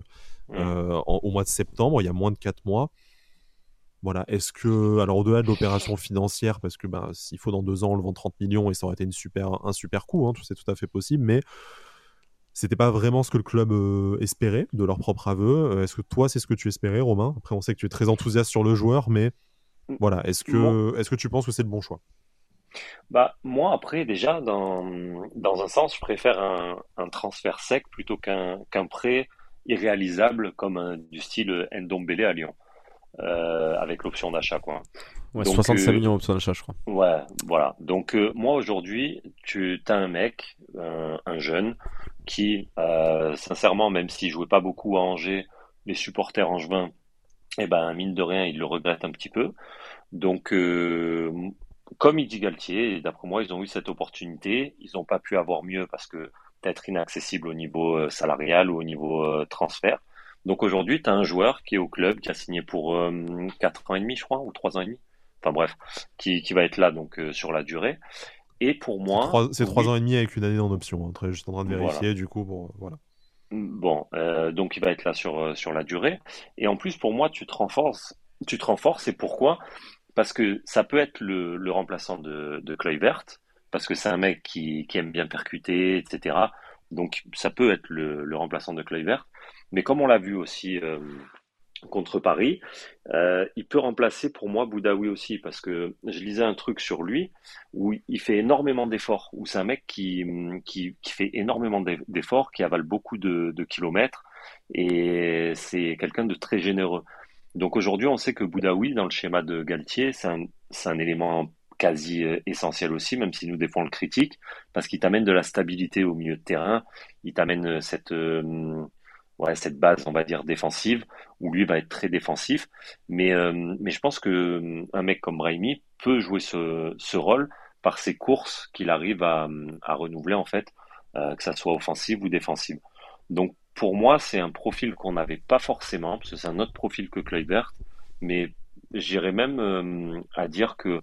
au mois de septembre, il y a moins de 4 mois. Voilà, est-ce que, alors au-delà de l'opération financière, parce que s'il faut dans 2 ans, on le vend 30 millions et ça aurait été un super coup, hein, c'est tout à fait possible, mais c'était pas vraiment ce que le club espérait de leur propre aveu. Est-ce que toi, c'est ce que tu espérais, Romain? Après, on sait que tu es très enthousiaste sur le joueur, mais voilà, est-ce que tu penses que c'est le bon choix? Moi, après, déjà, dans un sens, je préfère un transfert sec plutôt qu'un prêt irréalisable comme du style Ndombele à Lyon, avec l'option d'achat, quoi. Ouais, Donc, 65 millions option d'achat, je crois. ouais, voilà. Donc, moi, aujourd'hui, tu as un mec, un jeune, qui, sincèrement, même s'il jouait pas beaucoup à Angers, les supporters angevins, eh ben, mine de rien, ils le regrettent un petit peu. Donc, comme il dit Galtier, et d'après moi, ils ont eu cette opportunité. Ils n'ont pas pu avoir mieux parce que peut-être inaccessible au niveau salarial ou au niveau transfert. Donc aujourd'hui, tu as un joueur qui est au club, qui a signé pour 4 ans et demi, je crois, ou 3 ans et demi. Enfin bref, qui va être là donc sur la durée. Et pour moi, C'est 3 ans et demi avec une année en option. Hein. Juste en train de voilà. vérifier, du coup, voilà. Bon, donc il va être là sur la durée. Et en plus, pour moi, tu te renforces. Tu te renforces, et pourquoi? Parce que ça peut être le remplaçant de Kluivert, parce que c'est un mec qui aime bien percuter, etc. Donc ça peut être le remplaçant de Kluivert. Mais comme on l'a vu aussi contre Paris, il peut remplacer pour moi Boudaoui aussi, parce que je lisais un truc sur lui où il fait énormément d'efforts, où c'est un mec qui fait énormément d'efforts, qui avale beaucoup de kilomètres, et c'est quelqu'un de très généreux. Donc aujourd'hui, on sait que Boudaoui, dans le schéma de Galtier, c'est un élément quasi essentiel aussi, même si nous des fois on le critique, parce qu'il t'amène de la stabilité au milieu de terrain, il t'amène cette base, on va dire, défensive, où lui va être très défensif. Mais je pense que un mec comme Brahimi peut jouer ce rôle par ses courses qu'il arrive à renouveler, en fait, que ça soit offensive ou défensive. Donc pour moi, c'est un profil qu'on n'avait pas forcément, parce que c'est un autre profil que Kluivert, mais j'irais même à dire que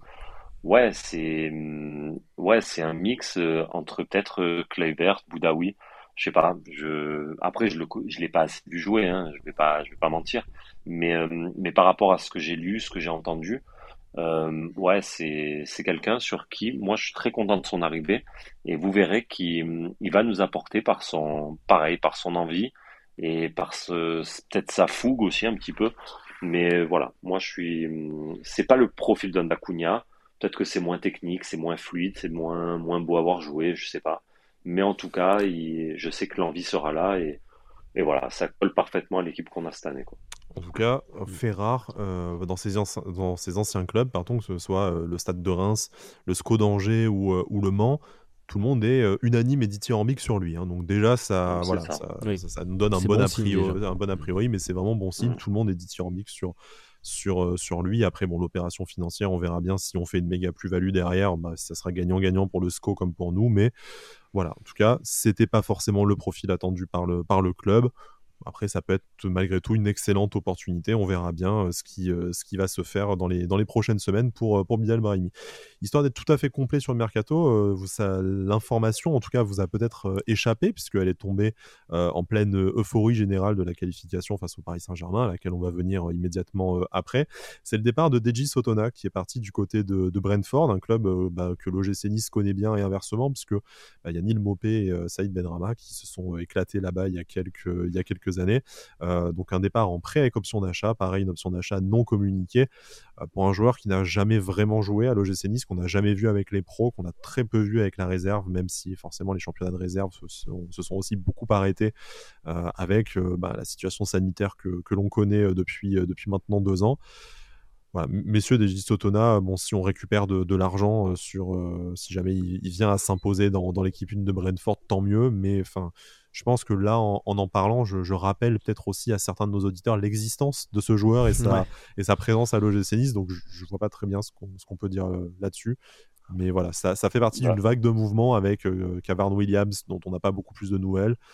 ouais, c'est un mix entre peut-être Kluivert, Boudaoui, je sais pas. Après je l'ai pas assez vu jouer, hein, je vais pas mentir, mais par rapport à ce que j'ai lu, ce que j'ai entendu, ouais, c'est quelqu'un sur qui moi je suis très content de son arrivée, et vous verrez qu'il va nous apporter par son envie et peut-être sa fougue aussi un petit peu. Mais voilà, moi c'est pas le profil d'un Acuna. Peut-être que c'est moins technique, c'est moins fluide, c'est moins beau à voir jouer, je sais pas. Mais en tout cas, je sais que l'envie sera là, et voilà, ça colle parfaitement à l'équipe qu'on a cette année, quoi. En tout cas, fait rare dans ses anciens clubs, pardon, que ce soit le Stade de Reims, le SCO d'Angers ou le Mans, tout le monde est unanime et dithyrambique sur lui. Hein. Donc déjà, Donc, c'est voilà, ça. Oui. ça nous donne C'est bon signe, déjà. un bon a priori, mais c'est vraiment bon signe. Mm. Tout le monde est dithyrambique sur lui. Après, bon, l'opération financière, on verra bien si on fait une méga plus-value derrière. Ça sera gagnant-gagnant pour le SCO comme pour nous. Mais voilà, en tout cas, c'était pas forcément le profil attendu par le club. Après, ça peut être malgré tout une excellente opportunité. On verra bien ce qui va se faire dans les prochaines semaines pour Bilal Brahimi. Histoire d'être tout à fait complet sur le mercato, l'information, en tout cas, vous a peut-être échappé, puisqu'elle est tombée en pleine euphorie générale de la qualification face au Paris Saint-Germain, à laquelle on va venir immédiatement après. C'est le départ de Deji Sotona, qui est parti du côté de Brentford, un club que l'OGC Nice connaît bien, et inversement, puisque il y a Neil Maupay et Saïd Benrahma qui se sont éclatés là-bas il y a quelques années. Donc un départ en prêt avec option d'achat, pareil, une option d'achat non communiquée pour un joueur qui n'a jamais vraiment joué à l'OGC Nice, qu'on n'a jamais vu avec les pros, qu'on a très peu vu avec la réserve, même si forcément les championnats de réserve se sont aussi beaucoup arrêtés avec la situation sanitaire que l'on connaît depuis maintenant 2 ans. Voilà, messieurs des Sotona, bon, si on récupère de l'argent si jamais il vient à s'imposer dans l'équipe 1 de Brentford, tant mieux. Mais enfin, je pense que là, en parlant, je rappelle peut-être aussi à certains de nos auditeurs l'existence de ce joueur et Ouais. sa présence à l'OGC Nice. Donc, je vois pas très bien ce qu'on peut dire là-dessus. Mais voilà, ça fait partie Bah, d'une vague de mouvements avec Cavern Williams, dont on n'a pas beaucoup plus de nouvelles.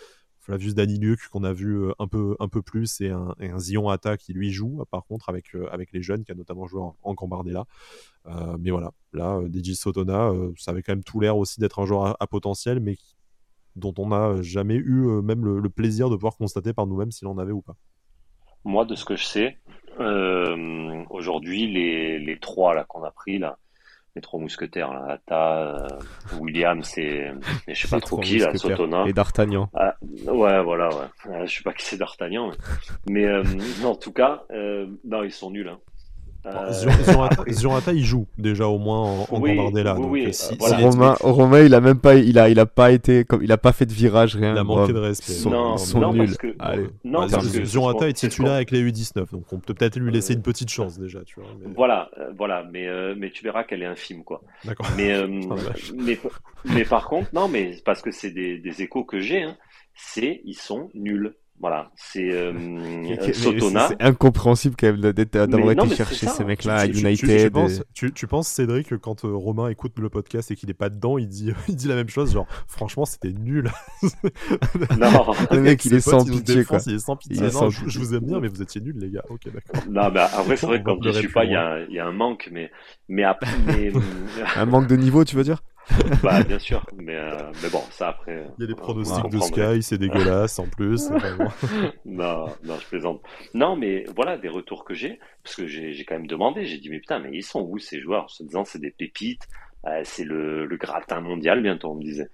Flavius Daniliuk qu'on a vu un peu plus et un Zion Hatta qui lui joue par contre avec les jeunes, qui a notamment joué en Gambardella. Mais voilà, là Deji Sotona, ça avait quand même tout l'air aussi d'être un joueur à potentiel, mais dont on n'a jamais eu même le plaisir de pouvoir constater par nous-mêmes s'il en avait ou pas. Moi, de ce que je sais, aujourd'hui, les trois là qu'on a pris là, les trois mousquetaires, là, Atta, Williams et je sais pas Les trop trois qui, là, mousquetaires. Sotona. Et d'Artagnan. Ah, ouais, voilà, ouais. Je sais pas qui c'est d'Artagnan, mais non, en tout cas, non, ils sont nuls. Hein. Zion Hatta, il joue déjà au moins en Oui, Gambardella. oui, Donc, oui, si voilà. Romain, il a même pas, il a pas été, comme, il a pas fait de virage, rien. il a manqué de Ils respect. sont, Non, ils sont non, nuls. parce que Allez. non, parce que Zion Hatta est c'est ce titulaire qu'on- avec les U19, donc on peut peut-être lui laisser euh, une petite chance déjà, tu vois. Mais... voilà, mais tu verras qu'elle est infime, quoi. D'accord. Mais, Putain, la vache. mais par contre, non, mais parce que c'est des échos que j'ai, hein, ils sont nuls. Voilà, c'est Mais Sotona. c'est incompréhensible quand même d'avoir Mais non, été mais c'est chercher ça. ces mecs-là à Tu United. penses, tu penses, Cédric, que quand Romain écoute le podcast et qu'il est pas dedans, il dit la même chose, genre, franchement, c'était nul. Non, Le mec, il est Ses potes, sans ils nous pitié, défoncent, quoi. il est sans pitié. Il est Non, sans je vous aime bien, mais vous étiez nuls, les gars. Ok, d'accord. non, mais après, c'est vrai On que va quand je pleurer suis plus pas, loin. il y a un manque, mais après, mais, Un manque de niveau, tu veux dire? bah, bien sûr, mais bon, ça après, Il y a des vous pronostics de comprendrez. Sky, c'est dégueulasse en plus. C'est vraiment... Non, je plaisante. Non, mais voilà, des retours que j'ai, parce que j'ai quand même demandé, j'ai dit, mais putain, mais ils sont où ces joueurs? En se disant, c'est des pépites, c'est le gratin mondial bientôt, on me disait.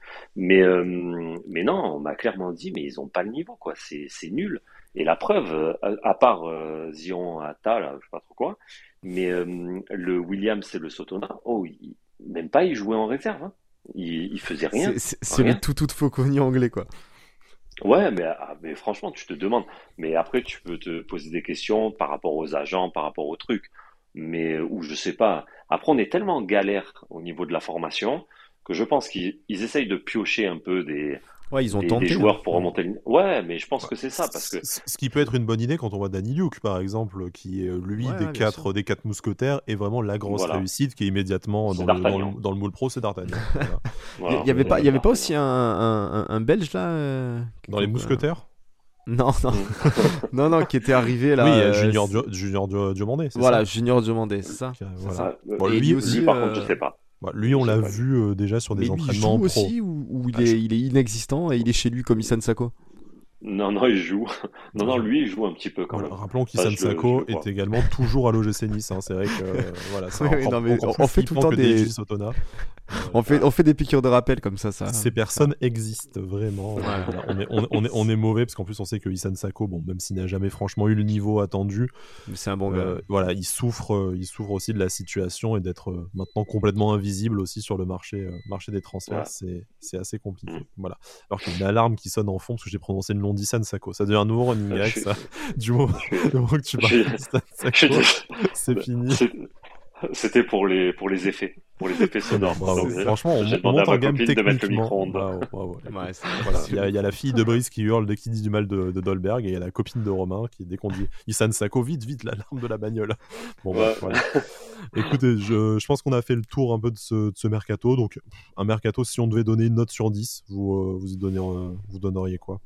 Mais non, on m'a clairement dit, mais ils ont pas le niveau, quoi, c'est nul. Et la preuve, à part Zion Hatta, là, je sais pas trop quoi, mais le Williams et le Sotona, même pas, ils jouaient en réserve, hein. Ils faisaient rien, C'est le rien. tout Fauconnier anglais, quoi. Ouais, mais franchement, tu te demandes. Mais après, tu peux te poser des questions par rapport aux agents, par rapport aux trucs. Mais, ou je sais pas. Après, on est tellement en galère au niveau de la formation que je pense qu'ils essayent de piocher un peu Ouais, ils ont des tenté, hein. joueurs pour remonter le... Ouais, mais je pense Ouais. que c'est ça, parce que... Ce qui peut être une bonne idée quand on voit Danny Luke, par exemple, qui est lui Ouais, bien sûr. des quatre mousquetaires, et vraiment la grosse Voilà, réussite qui est immédiatement c'est d'Artagnan. dans le moule pro, c'est D'Artagnan. Voilà. Voilà, Il y avait pas d'Artagnan. aussi un Belge là Dans les mousquetaires. Non, non, Mm. non, qui était arrivé là. Oui, Junior Diomandé, c'est Voilà, ça. Junior Diomandé, c'est ça. Voilà. Ça, Bon, Et lui, lui aussi, lui, par contre, je sais pas. lui, on Je sais l'a pas, lui. vu déjà sur Mais des lui, il entraînements joue pro. aussi ou Ah, il est inexistant et il est chez lui comme Isan Sako. Non, il joue. Non, lui, il joue un petit peu quand Voilà, même. rappelons Ça, qu'Isan Sako je le est vois. également toujours à l'OGC Nice. Hein. C'est vrai que voilà, c'est Oui, oui, non, mais encore on plus fait tout le flippant temps que des. Deji Sotona. On fait des piqûres de rappel comme ça. Ces personnes existent vraiment. Voilà. Voilà, on est mauvais parce qu'en plus on sait que Isan Sako, bon, même s'il n'a jamais franchement eu le niveau attendu, Mais c'est un bon gars. voilà, il souffre aussi de la situation et d'être maintenant complètement invisible aussi sur le marché des transferts. Ouais. C'est assez compliqué. Mm. Voilà. Alors qu'il y a une alarme qui sonne en fond parce que j'ai prononcé le nom d'Isan Sako. Ça devient un nouveau running gag, Je- ça. Du moment, je- du moment que tu je- parles d'Isan je- Sako, c'est fini. C'est- C'était pour les effets, sonores. Bravo. Donc, Franchement, j'ai on demandé monte à en ma gamme copine de mettre le techniquement. micro-ondes. Bravo. Ouais, Voilà, il y a la fille de Brice qui hurle dès qu'il dit du mal de Dolberg et il y a la copine de Romain qui, dès qu'on dit Isan Sako, vite, l'alarme de la bagnole. Bon, Ouais. bref, voilà. Écoutez, je pense qu'on a fait le tour un peu de ce mercato. Donc, un mercato, si on devait donner une note sur 10, vous donneriez quoi?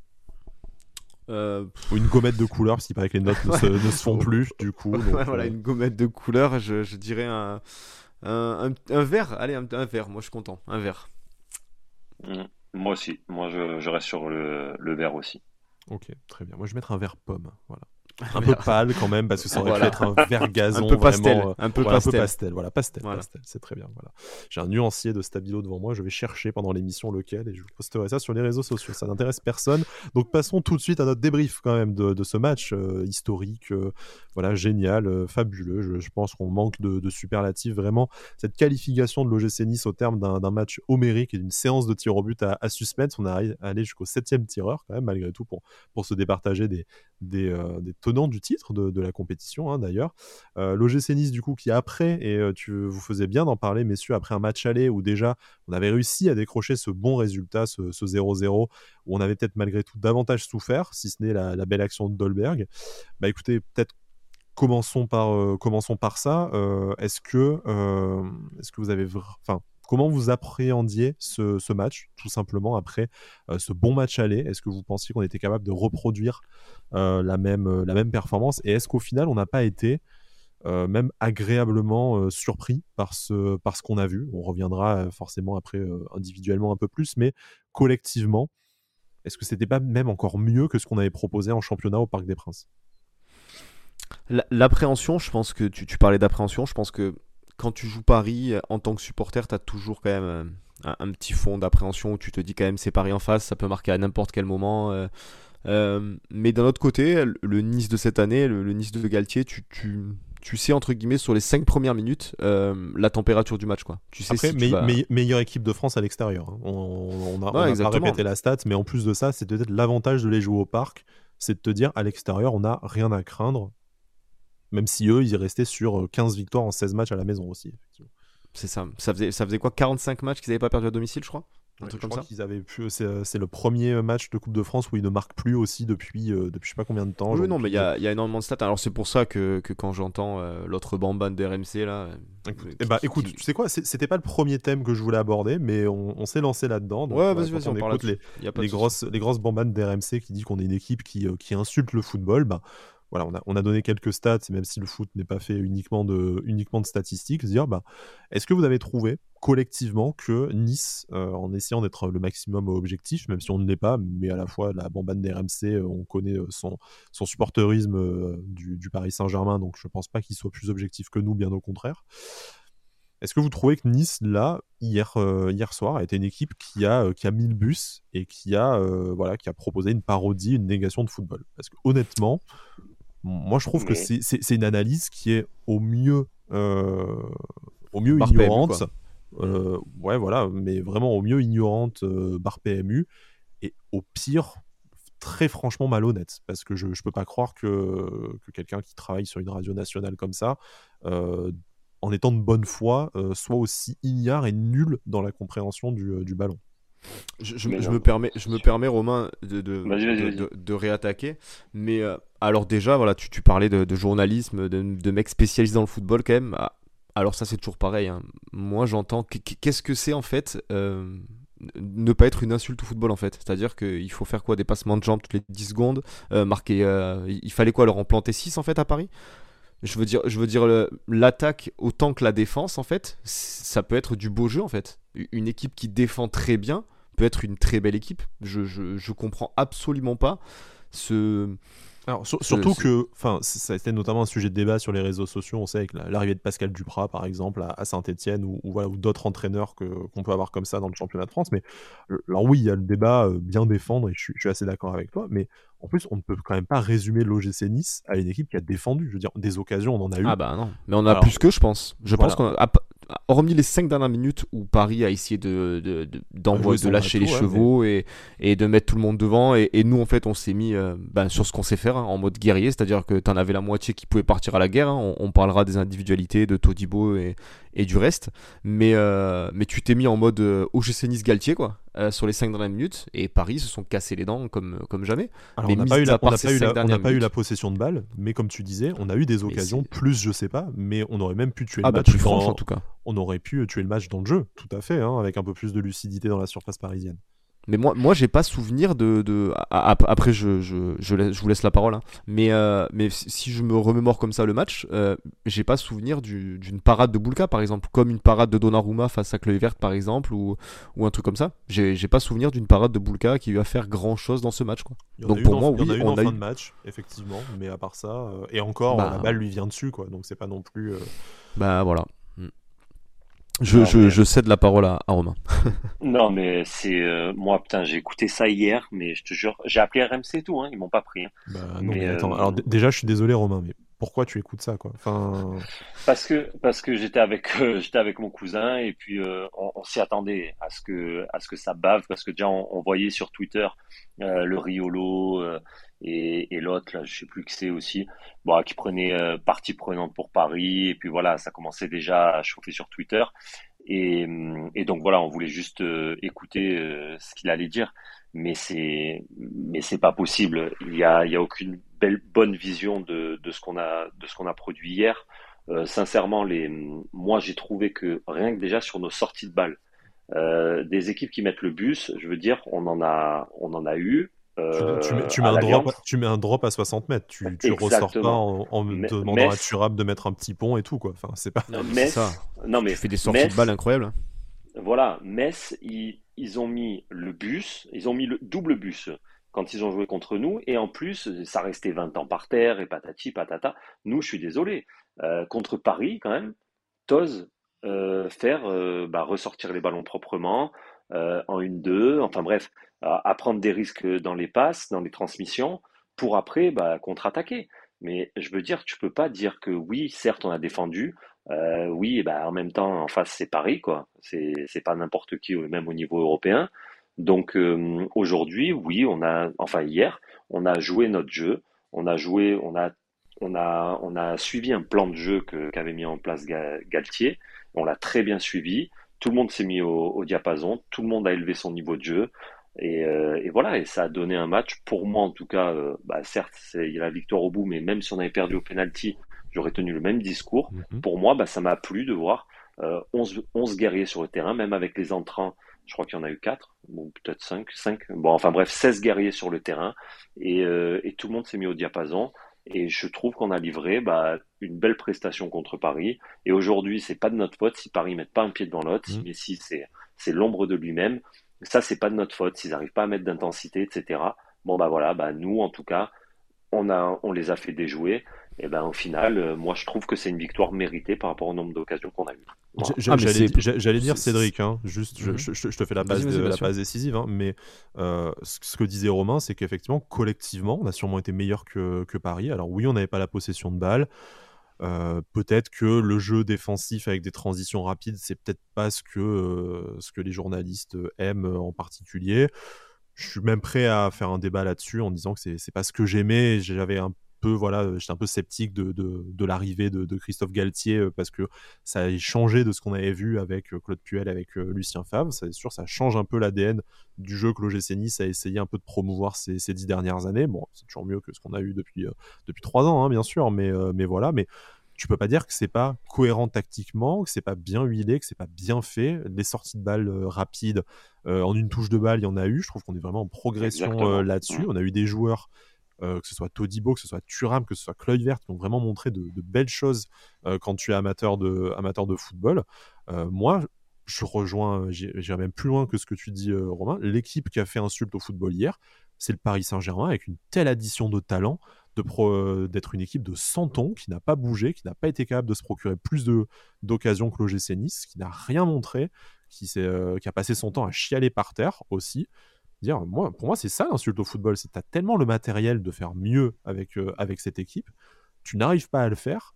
Ou une gommette de couleur, parce qu'il paraît que les notes ne se font plus, du coup. Donc, Ouais, voilà, une gommette de couleur, je dirais un vert. Allez, un vert, moi je suis content. Un vert. Moi aussi. Moi, je reste sur le vert aussi. Ok, très bien. Moi, je vais mettre un vert pomme. Voilà. Un peu pâle quand même, parce que ça aurait Voilà. pu être un vert gazon. Un peu pastel, vraiment, un peu voilà, pastel. pastel. Voilà, pastel, Voilà. pastel, c'est très bien. Voilà. J'ai un nuancier de Stabilo devant moi. Je vais chercher pendant l'émission lequel et je vous posterai ça sur les réseaux sociaux. Ça n'intéresse personne. Donc passons tout de suite à notre débrief quand même de ce match historique. Voilà, génial, fabuleux. Je pense qu'on manque de superlatifs. Vraiment, cette qualification de l'OGC Nice au terme d'un match homérique et d'une séance de tir au but à suspense. On arrive à aller jusqu'au 7e tireur quand même, malgré tout, pour se départager des tenants du titre de la compétition, hein, d'ailleurs. L'OGC Nice, du coup, qui après, et vous faisiez bien d'en parler, messieurs, après un match aller où déjà on avait réussi à décrocher ce bon résultat, ce 0-0, où on avait peut-être malgré tout davantage souffert, si ce n'est la belle action de Dolberg. Bah écoutez, peut-être commençons par ça. Est-ce que vous avez... Enfin, Comment vous appréhendiez ce match, tout simplement, après ce bon match aller? Est-ce que vous pensiez qu'on était capable de reproduire la même performance? Et est-ce qu'au final, on n'a pas été même agréablement surpris par ce qu'on a vu? On reviendra forcément après individuellement un peu plus, mais collectivement, est-ce que c'était pas même encore mieux que ce qu'on avait proposé en championnat au Parc des Princes? L'appréhension, je pense que tu parlais d'appréhension, je pense que quand tu joues Paris en tant que supporter, tu as toujours quand même un petit fond d'appréhension où tu te dis quand même c'est Paris en face, ça peut marquer à n'importe quel moment. Mais d'un autre côté, le Nice de cette année, le Nice de Galtier, tu sais entre guillemets sur les 5 premières minutes la température du match quoi. Tu sais Après, si tu vas... meilleure équipe de France à l'extérieur, hein. On n'a pas exactement. répété la stat, mais en plus de ça, c'est peut-être l'avantage de les jouer au parc, c'est de te dire à l'extérieur, on n'a rien à craindre, même si eux, ils restaient sur 15 victoires en 16 matchs à la maison aussi, effectivement. C'est ça. Ça faisait quoi 45 matchs qu'ils n'avaient pas perdu à domicile, je crois. Un Ouais, truc je comme crois ça. qu'ils avaient pu. C'est le premier match de Coupe de France où ils ne marquent plus aussi depuis je sais pas combien de temps. Oui, Genre non, mais il depuis, y a énormément de stats. Alors c'est pour ça que quand j'entends l'autre bambane de RMC là, Écoute, tu sais quoi, c'était pas le premier thème que je voulais aborder, mais on s'est lancé là-dedans. Donc, ouais, quand vas-y, on on parle écoute là-dessus. Y a pas de souci. les grosses bambanes d'RMC qui disent qu'on est une équipe qui insulte le football, bah, voilà, on a donné quelques stats, et même si le foot n'est pas fait uniquement de statistiques, se dire, bah, est-ce que vous avez trouvé collectivement que Nice, en essayant d'être le maximum objectif, même si on ne l'est pas, mais à la fois la bambane d'RMC, on connaît son supporterisme du Paris Saint-Germain, donc je pense pas qu'il soit plus objectif que nous, bien au contraire. Est-ce que vous trouvez que Nice, là, hier soir, a été une équipe qui a mis le bus et qui a proposé une parodie, une négation de football? Parce que honnêtement, moi je trouve que Mais, c'est une analyse qui est au mieux Bar PMU quoi. ignorante. Ouais, voilà, mais vraiment au mieux ignorante, barre PMU, et au pire, très franchement malhonnête. Parce que je peux pas croire que quelqu'un qui travaille sur une radio nationale comme ça, euh, en étant de bonne foi, soit aussi ignare et nul dans la compréhension du ballon. mais Je non, me permets Romain vas-y. de réattaquer. Mais alors déjà, voilà, tu parlais de journalisme, de mecs spécialisés dans le football quand même. Ah, alors ça c'est toujours pareil, hein. Moi j'entends, qu'est-ce que c'est en fait ne pas être une insulte au football en fait. C'est-à-dire qu'il faut faire quoi? Des passements de jambes toutes les 10 secondes, marquer, il fallait quoi, leur en planter 6 en fait à Paris? Je veux dire l'attaque autant que la défense en fait, ça peut être du beau jeu en fait. Une équipe qui défend très bien peut être une très belle équipe. Je comprends absolument pas ce, Alors, ce, surtout ce- que, enfin, ça a été notamment un sujet de débat sur les réseaux sociaux. On sait avec l'arrivée de Pascal Duprat, par exemple, à Saint-Etienne, ou d'autres entraîneurs qu'on peut avoir comme ça dans le championnat de France. Mais alors oui, il y a le débat bien défendre, et je suis assez d'accord avec toi. Mais en plus, on ne peut quand même pas résumer l'OGC Nice à une équipe qui a défendu. Je veux dire, des occasions, on en a eu. Ah bah non, mais on a Alors, plus que je pense. Je pense voilà, qu'on a, hormis les 5 dernières minutes où Paris a essayé jouer de son lâcher les bateau, ouais, chevaux et de mettre tout le monde devant, et nous en fait on s'est mis sur ce qu'on sait faire, hein, en mode guerrier, c'est-à-dire que t'en avais la moitié qui pouvait partir à la guerre, hein. On parlera des individualités de Todibo et du reste, mais tu t'es mis en mode OGC Nice Galtier quoi, sur les 5 dernières minutes, et Paris se sont cassés les dents comme jamais. alors Mais on n'a mis pas eu à part ces 5 on dernières n'a pas eu minutes, la possession de balle, mais comme tu disais, on a eu des mais occasions, c'est... plus je sais pas, mais on aurait même pu tuer le Ah bah match plus franche en tout cas. on aurait pu tuer le match dans le jeu, tout à fait, hein, avec un peu plus de lucidité dans la surface parisienne. Mais moi j'ai pas souvenir après, je vous laisse la parole, hein. Mais si je me remémore comme ça le match, j'ai pas souvenir d'une parade de Boulka, par exemple, comme une parade de Donnarumma face à Kluivert, par exemple, ou un truc comme ça. J'ai pas souvenir d'une parade de Boulka qui va faire grand chose dans ce match, quoi. Donc pour moi, Il y en oui, a une on en a fin eu. de match, effectivement, mais à part ça, et encore, la Bah, balle lui vient dessus, quoi, donc c'est pas non plus. bah voilà. Mm. Non, mais Je cède la parole à Romain. non, mais c'est moi, putain, j'ai écouté ça hier, mais je te jure, j'ai appelé RMC et tout, hein, ils m'ont pas pris, hein. Bah non, Mais mais attends, alors déjà, je suis désolé, Romain, mais pourquoi tu écoutes ça, quoi? Enfin, parce que j'étais avec mon cousin et puis on s'y attendait à ce que ça bave, parce que déjà on voyait sur Twitter le Riolo et l'autre là, je sais plus qui c'est aussi, bon, qui prenait partie prenante pour Paris, et puis voilà, ça commençait déjà à chauffer sur Twitter. Et donc voilà, on voulait juste écouter ce qu'il allait dire, mais c'est pas possible. Il y a aucune bonne vision de ce qu'on a produit hier. Sincèrement, moi j'ai trouvé que rien que déjà sur nos sorties de balles, des équipes qui mettent le bus, je veux dire, on en a eu Tu mets à un drop, l'Alliance. tu mets un drop à 60 mètres. Tu ressors pas Exactement. en me demandant à Metz, Thuram de mettre un petit pont et tout, quoi. Enfin, c'est pas. Non, mais c'est ça. Metz, non Tu mais fais des sorties de balles Metz, incroyables, hein. voilà, Metz, ils ont mis le bus, ils ont mis le double bus quand ils ont joué contre nous, et en plus, ça restait 20 ans par terre, et patati patata. Nous, je suis désolé, contre Paris, quand même, t'oses faire ressortir les ballons proprement, en 1-2, enfin bref, à prendre des risques dans les passes, dans les transmissions, pour après contre-attaquer. Mais je veux dire, tu peux pas dire que oui, certes, on a défendu, oui, en même temps, en face, c'est Paris, quoi. C'est pas n'importe qui, même au niveau européen. Donc aujourd'hui, oui, enfin hier, on a joué notre jeu, on a joué, on a suivi un plan de jeu qu'avait mis en place Galtier. On l'a très bien suivi. Tout le monde s'est mis au diapason, tout le monde a élevé son niveau de jeu. Et voilà, et ça a donné un match, pour moi en tout cas, certes, il y a la victoire au bout, mais même si on avait perdu au penalty, j'aurais tenu le même discours. Mhm. Pour moi, ça m'a plu de voir 11 guerriers sur le terrain, même avec les entrants, je crois qu'il y en a eu 4, bon, peut-être 5. Bon, enfin bref, 16 guerriers sur le terrain, et tout le monde s'est mis au diapason. Et je trouve qu'on a livré une belle prestation contre Paris. Et aujourd'hui, c'est pas de notre faute si Paris ne met pas un pied devant l'autre, si Mhm. Messi c'est l'ombre de lui-même. Ça, c'est pas de notre faute s'ils n'arrivent pas à mettre d'intensité, etc. Bon voilà, nous en tout cas, on les a fait déjouer. Et au final, moi je trouve que c'est une victoire méritée par rapport au nombre d'occasions qu'on a eues. Voilà. Ah, mais J'allais dire c'est- Cédric, hein, juste Mhm. je te fais la Vas-y, passe, vas-y, bien la sûr. passe décisive, hein, mais ce que disait Romain, c'est qu'effectivement, collectivement, on a sûrement été meilleur que Paris. Alors oui, on n'avait pas la possession de balle. Peut-être que le jeu défensif avec des transitions rapides, c'est peut-être pas ce que les journalistes aiment en particulier. Je suis même prêt à faire un débat là-dessus en disant que c'est pas ce que j'aimais. J'étais un peu sceptique de l'arrivée de Christophe Galtier, parce que ça a changé de ce qu'on avait vu avec Claude Puel, avec Lucien Favre. C'est sûr, ça change un peu l'ADN du jeu que l'OGC Nice a essayé un peu de promouvoir ces 10 dernières années. Bon, c'est toujours mieux que ce qu'on a eu depuis 3 ans, hein, bien sûr, mais voilà. Mais tu peux pas dire que c'est pas cohérent tactiquement, que c'est pas bien huilé, que c'est pas bien fait. Les sorties de balles rapides, en une touche de balle, il y en a eu. Je trouve qu'on est vraiment en progression Exactement. là-dessus. On a eu des joueurs, que ce soit Todibo, que ce soit Thuram, que ce soit Kluivert, qui ont vraiment montré de belles choses quand tu es amateur de football. Moi, je rejoins, j'irai même plus loin que ce que tu dis, Romain. L'équipe qui a fait insulte au football hier, c'est le Paris Saint-Germain, avec une telle addition de talent, d'être une équipe de santons qui n'a pas bougé, qui n'a pas été capable de se procurer plus d'occasions que l'OGC Nice, qui n'a rien montré, qui a passé son temps à chialer par terre aussi. Pour moi, c'est ça l'insulte au football. C'est que tu as tellement le matériel de faire mieux avec cette équipe, tu n'arrives pas à le faire,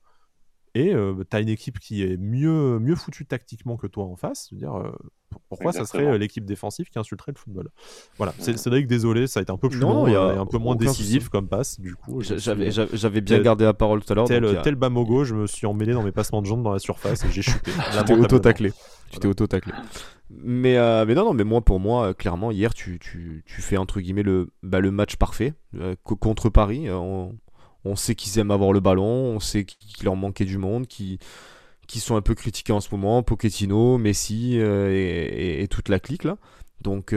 et tu as une équipe qui est mieux foutue tactiquement que toi en face. Pourquoi ça serait Exactement. l'équipe défensive qui insulterait le football? Voilà, Mhm. c'est vrai que désolé, ça a été un peu plus Non, long il y a et un peu moins aucun souci. décisif comme passe. Du coup, J'avais bien gardé la parole tout à l'heure. Donc tel Bamogo, je me suis emmêlé dans mes passements de jambes dans la surface et j'ai chuté. tu t'es lamentablement. auto-taclé. Tu t'es Voilà. auto-taclé. Mais non, mais pour moi, clairement, hier, tu fais entre guillemets le match parfait contre Paris. On sait qu'ils aiment avoir le ballon, on sait qu'il leur manquait du monde, qui sont un peu critiqués en ce moment, Pochettino, Messi et toute la clique là. Donc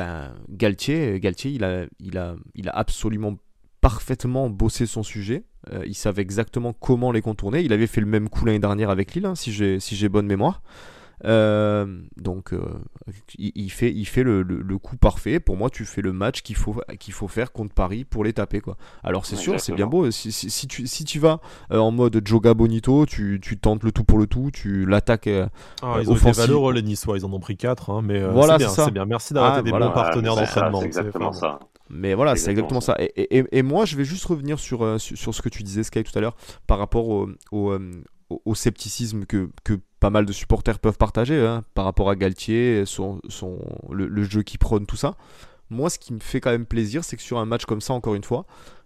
Galtier, il a absolument parfaitement bossé son sujet. Il savait exactement comment les contourner. Il avait fait le même coup l'année dernière avec Lille, hein, si j'ai bonne mémoire. Donc il fait le coup parfait. Pour moi, tu fais le match qu'il faut faire contre Paris pour les taper, quoi. Alors c'est sûr, c'est bien beau. Si tu vas en mode Joga Bonito, tu tentes le tout pour le tout, tu l'attaques Ils ont été valeureux les Niçois, ils en ont pris 4, hein, mais voilà, c'est bien. Merci d'avoir été des bons partenaires d'entraînement. C'est exactement ça. Mais voilà, c'est exactement ça. Et moi, je vais juste revenir sur ce que tu disais, Sky, tout à l'heure, par rapport au scepticisme que pas mal de supporters peuvent partager, hein, par rapport à Galtier, le jeu qu'il prône, tout ça. Moi, ce qui me fait quand même plaisir, c'est que sur un match comme ça, encore une fois,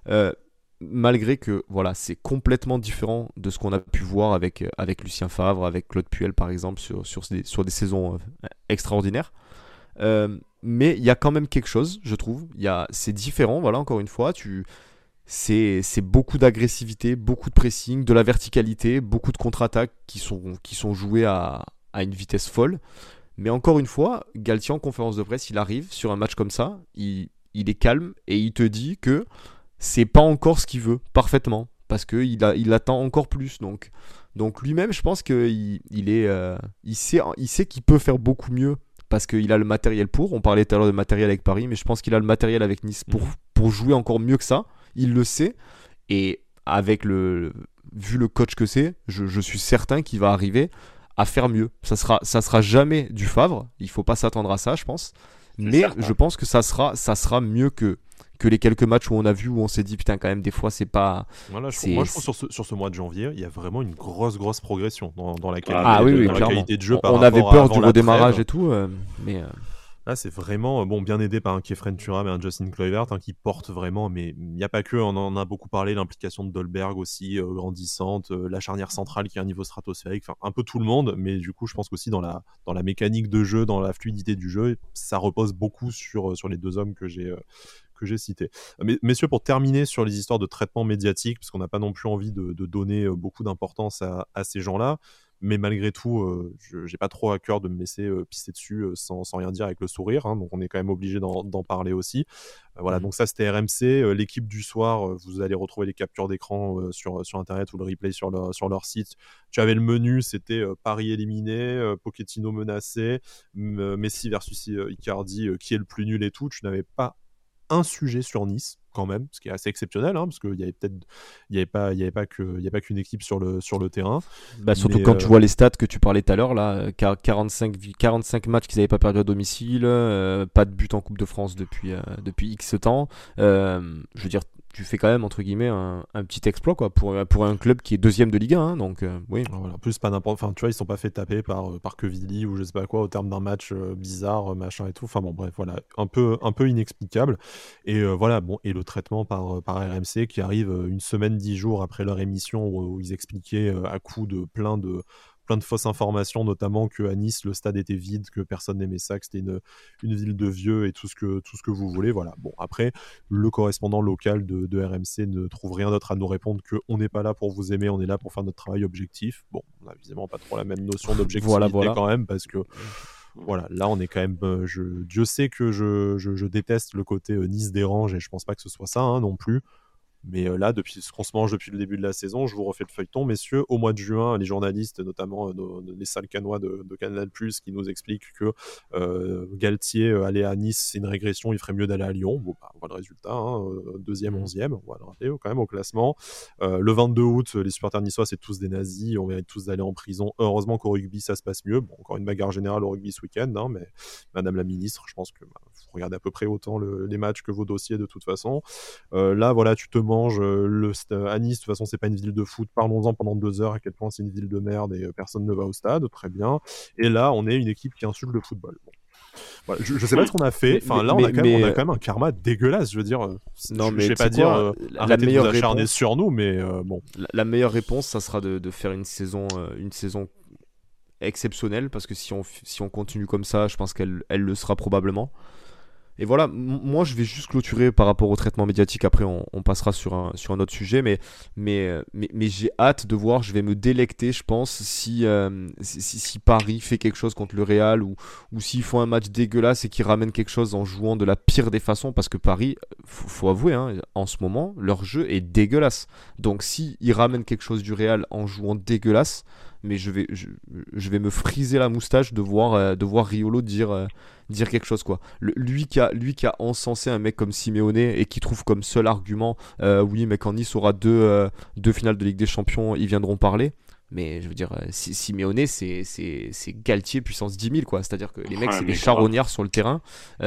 malgré que voilà, c'est complètement différent de ce qu'on a pu voir avec Lucien Favre, avec Claude Puel, par exemple, sur des saisons extraordinaires. Mais il y a quand même quelque chose, je trouve. C'est différent, voilà, encore une fois. c'est beaucoup d'agressivité, beaucoup de pressing, de la verticalité, beaucoup de contre-attaques qui sont jouées à une vitesse folle. Mais encore une fois, Galtier en conférence de presse, il arrive sur un match comme ça, il est calme et il te dit que c'est pas encore ce qu'il veut parfaitement parce qu'il attend encore plus. Donc lui-même, je pense il sait qu'il peut faire beaucoup mieux parce qu'il a le matériel pour. On parlait tout à l'heure de matériel avec Paris, mais je pense qu'il a le matériel avec Nice pour jouer encore mieux que ça. Il le sait et vu le coach que c'est, je suis certain qu'il va arriver à faire mieux. Ça sera jamais du Favre, il faut pas s'attendre à ça, je pense. Mais je pense que ça sera mieux que les quelques matchs où on a vu, où on s'est dit putain quand même des fois c'est pas. Voilà, moi je trouve sur ce mois de janvier, il y a vraiment une grosse progression dans la qualité, la qualité de jeu. On avait peur du redémarrage et tout, mais. Là, c'est vraiment bien aidé par un Kefren Turam et un Justin Kluivert qui portent vraiment, mais il n'y a pas que, on en a beaucoup parlé, l'implication de Dolberg aussi, grandissante, la charnière centrale qui a un niveau stratosphérique, enfin un peu tout le monde, mais du coup, je pense qu'aussi dans la mécanique de jeu, dans la fluidité du jeu, ça repose beaucoup sur les deux hommes que j'ai cités. Mais, messieurs, pour terminer sur les histoires de traitement médiatique, parce qu'on n'a pas non plus envie de donner beaucoup d'importance à ces gens-là, mais malgré tout, j'ai pas trop à cœur de me laisser pisser dessus sans rien dire avec le sourire, donc on est quand même obligé d'en parler aussi. Voilà, donc ça c'était RMC, l'équipe du soir, vous allez retrouver les captures d'écran sur internet ou le replay sur leur site. Tu avais le menu, c'était Paris éliminé, Pochettino menacé, Messi versus Icardi, qui est le plus nul et tout. Tu n'avais pas un sujet sur Nice quand même, ce qui est assez exceptionnel, parce qu'il y avait pas qu'une équipe sur le terrain. Surtout quand tu vois les stats que tu parlais tout à l'heure là, 45 matchs qu'ils n'avaient pas perdu à domicile, pas de but en Coupe de France depuis X temps. Je veux dire, tu fais quand même entre guillemets un petit exploit quoi pour un club qui est deuxième de Ligue 1, donc oui. Voilà, en plus pas n'importe, enfin tu vois, ils sont pas fait taper par Quevilly ou je sais pas quoi au terme d'un match bizarre machin et tout. Enfin bon bref, voilà, un peu inexplicable. Et voilà, bon, et le traitement par RMC qui arrive une semaine 10 jours après leur émission où ils expliquaient à coup de plein de fausses informations, notamment qu'à Nice le stade était vide, que personne n'aimait ça, que c'était une ville de vieux et tout ce que vous voulez. Voilà. Bon, après, le correspondant local de RMC ne trouve rien d'autre à nous répondre que on n'est pas là pour vous aimer, on est là pour faire notre travail objectif. Bon, on n'a évidemment pas trop la même notion d'objectivité voilà. quand même, parce que voilà, là on est quand même. Dieu sait que je déteste le côté Nice dérange et je pense pas que ce soit ça non plus. Mais là, depuis ce qu'on se mange depuis le début de la saison, je vous refais le feuilleton, messieurs. Au mois de juin, les journalistes, notamment les salles canois de Canal+, qui nous expliquent que Galtier aller à Nice, c'est une régression, il ferait mieux d'aller à Lyon. Bon, on voit le résultat, deuxième, 11e, on va le rappeler quand même au classement. Le 22 août, les supporters niçois, c'est tous des nazis, on mérite tous d'aller en prison. Heureusement qu'au rugby, ça se passe mieux. Bon, encore une bagarre générale au rugby ce week-end, mais Madame la Ministre, je pense que vous regardez à peu près autant les matchs que vos dossiers de toute façon. Là, voilà, tu te manges à Nice, de toute façon c'est pas une ville de foot, parlons-en pendant 2 heures à quel point c'est une ville de merde et personne ne va au stade, très bien. Et là on est une équipe qui insulte le football. Bon. Voilà, je sais pas ce qu'on a fait, on a quand même un karma dégueulasse, je veux dire. Je vais pas dire arrêtez de vous acharner sur nous, mais bon. La meilleure réponse, ça sera de faire une saison exceptionnelle, parce que si on continue comme ça, je pense qu'elle le sera probablement. Et voilà, moi je vais juste clôturer par rapport au traitement médiatique, après on passera sur un autre sujet, mais j'ai hâte de voir, je vais me délecter je pense si Paris fait quelque chose contre le Real ou s'ils font un match dégueulasse et qu'ils ramènent quelque chose en jouant de la pire des façons, parce que Paris, faut avouer, en ce moment leur jeu est dégueulasse, donc s'ils ramènent quelque chose du Real en jouant dégueulasse, mais je vais me friser la moustache de voir Riolo dire quelque chose quoi. Lui qui a encensé un mec comme Simeone et qui trouve comme seul argument oui mais quand Nice aura deux finales de Ligue des Champions ils viendront parler. Mais je veux dire, Simeone c'est Galtier puissance 10 000 quoi. C'est-à-dire que les mecs c'est des charognards sur le terrain.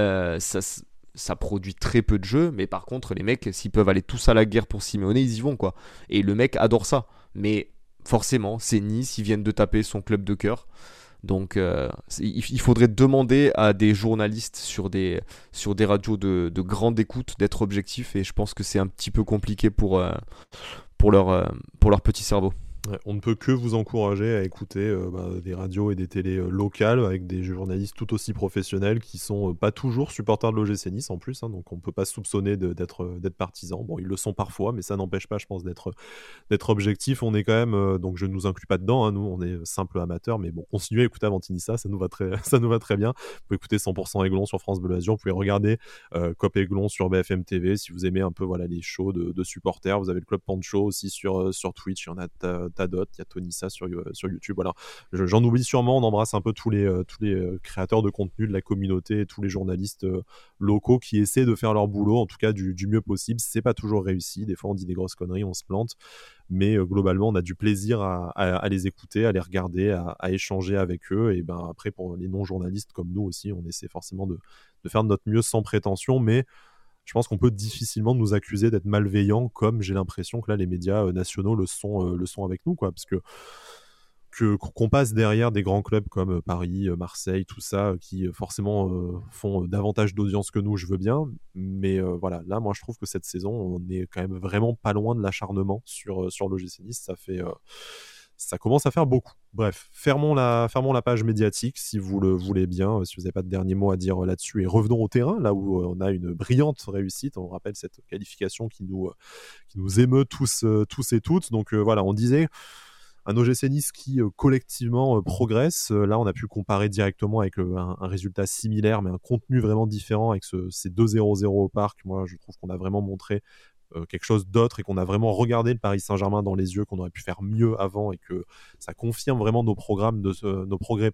Ça produit très peu de jeux, mais par contre les mecs s'ils peuvent aller tous à la guerre pour Simeone ils y vont quoi. Et le mec adore ça. Mais forcément c'est Nice, ils viennent de taper son club de cœur. Donc il faudrait demander à des journalistes sur des radios de grande écoute d'être objectifs, et je pense que c'est un petit peu compliqué pour leur petit cerveau. Ouais, on ne peut que vous encourager à écouter des radios et des télés locales avec des journalistes tout aussi professionnels qui sont pas toujours supporters de l'OGC Nice en plus, hein, donc on ne peut pas soupçonner d'être partisans. Bon, ils le sont parfois, mais ça n'empêche pas, je pense, d'être objectif. On est quand même, donc je ne nous inclus pas dedans, hein, nous on est simples amateurs, mais bon, continuez à écouter Avantinissa, ça nous va très, ça nous va très bien. Vous pouvez écouter 100% Aiglon sur France Bleu Azur, vous pouvez regarder Cop Aiglon sur BFM TV si vous aimez un peu voilà, les shows de supporters. Vous avez le Club Pancho aussi sur Twitch, il y en a tas d'autres, il y a Tonissa sur YouTube. Voilà. J'en oublie sûrement, on embrasse un peu tous les créateurs de contenu de la communauté, tous les journalistes locaux qui essaient de faire leur boulot, en tout cas du mieux possible. C'est pas toujours réussi, des fois on dit des grosses conneries, on se plante, mais globalement on a du plaisir à les écouter, à les regarder, à échanger avec eux. Et ben après, pour les non-journalistes comme nous aussi, on essaie forcément de faire de notre mieux sans prétention, mais je pense qu'on peut difficilement nous accuser d'être malveillants, comme j'ai l'impression que là les médias nationaux le sont avec nous, quoi, parce qu'on passe derrière des grands clubs comme Paris, Marseille, tout ça, qui forcément font davantage d'audience que nous, je veux bien, mais voilà, là moi je trouve que cette saison on est quand même vraiment pas loin de l'acharnement sur l'OGC Nice. Ça commence à faire beaucoup. Bref, fermons la page médiatique si vous le voulez bien, si vous n'avez pas de dernier mot à dire là-dessus, et revenons au terrain, là où on a une brillante réussite. On rappelle cette qualification qui nous émeut tous et toutes. Donc voilà, on disait un OGC Nice qui collectivement progresse. Là, on a pu comparer directement avec un résultat similaire, mais un contenu vraiment différent avec ces 2-0-0 au parc. Moi, je trouve qu'on a vraiment montré quelque chose d'autre et qu'on a vraiment regardé le Paris Saint-Germain dans les yeux, qu'on aurait pu faire mieux avant, et que ça confirme vraiment nos progrès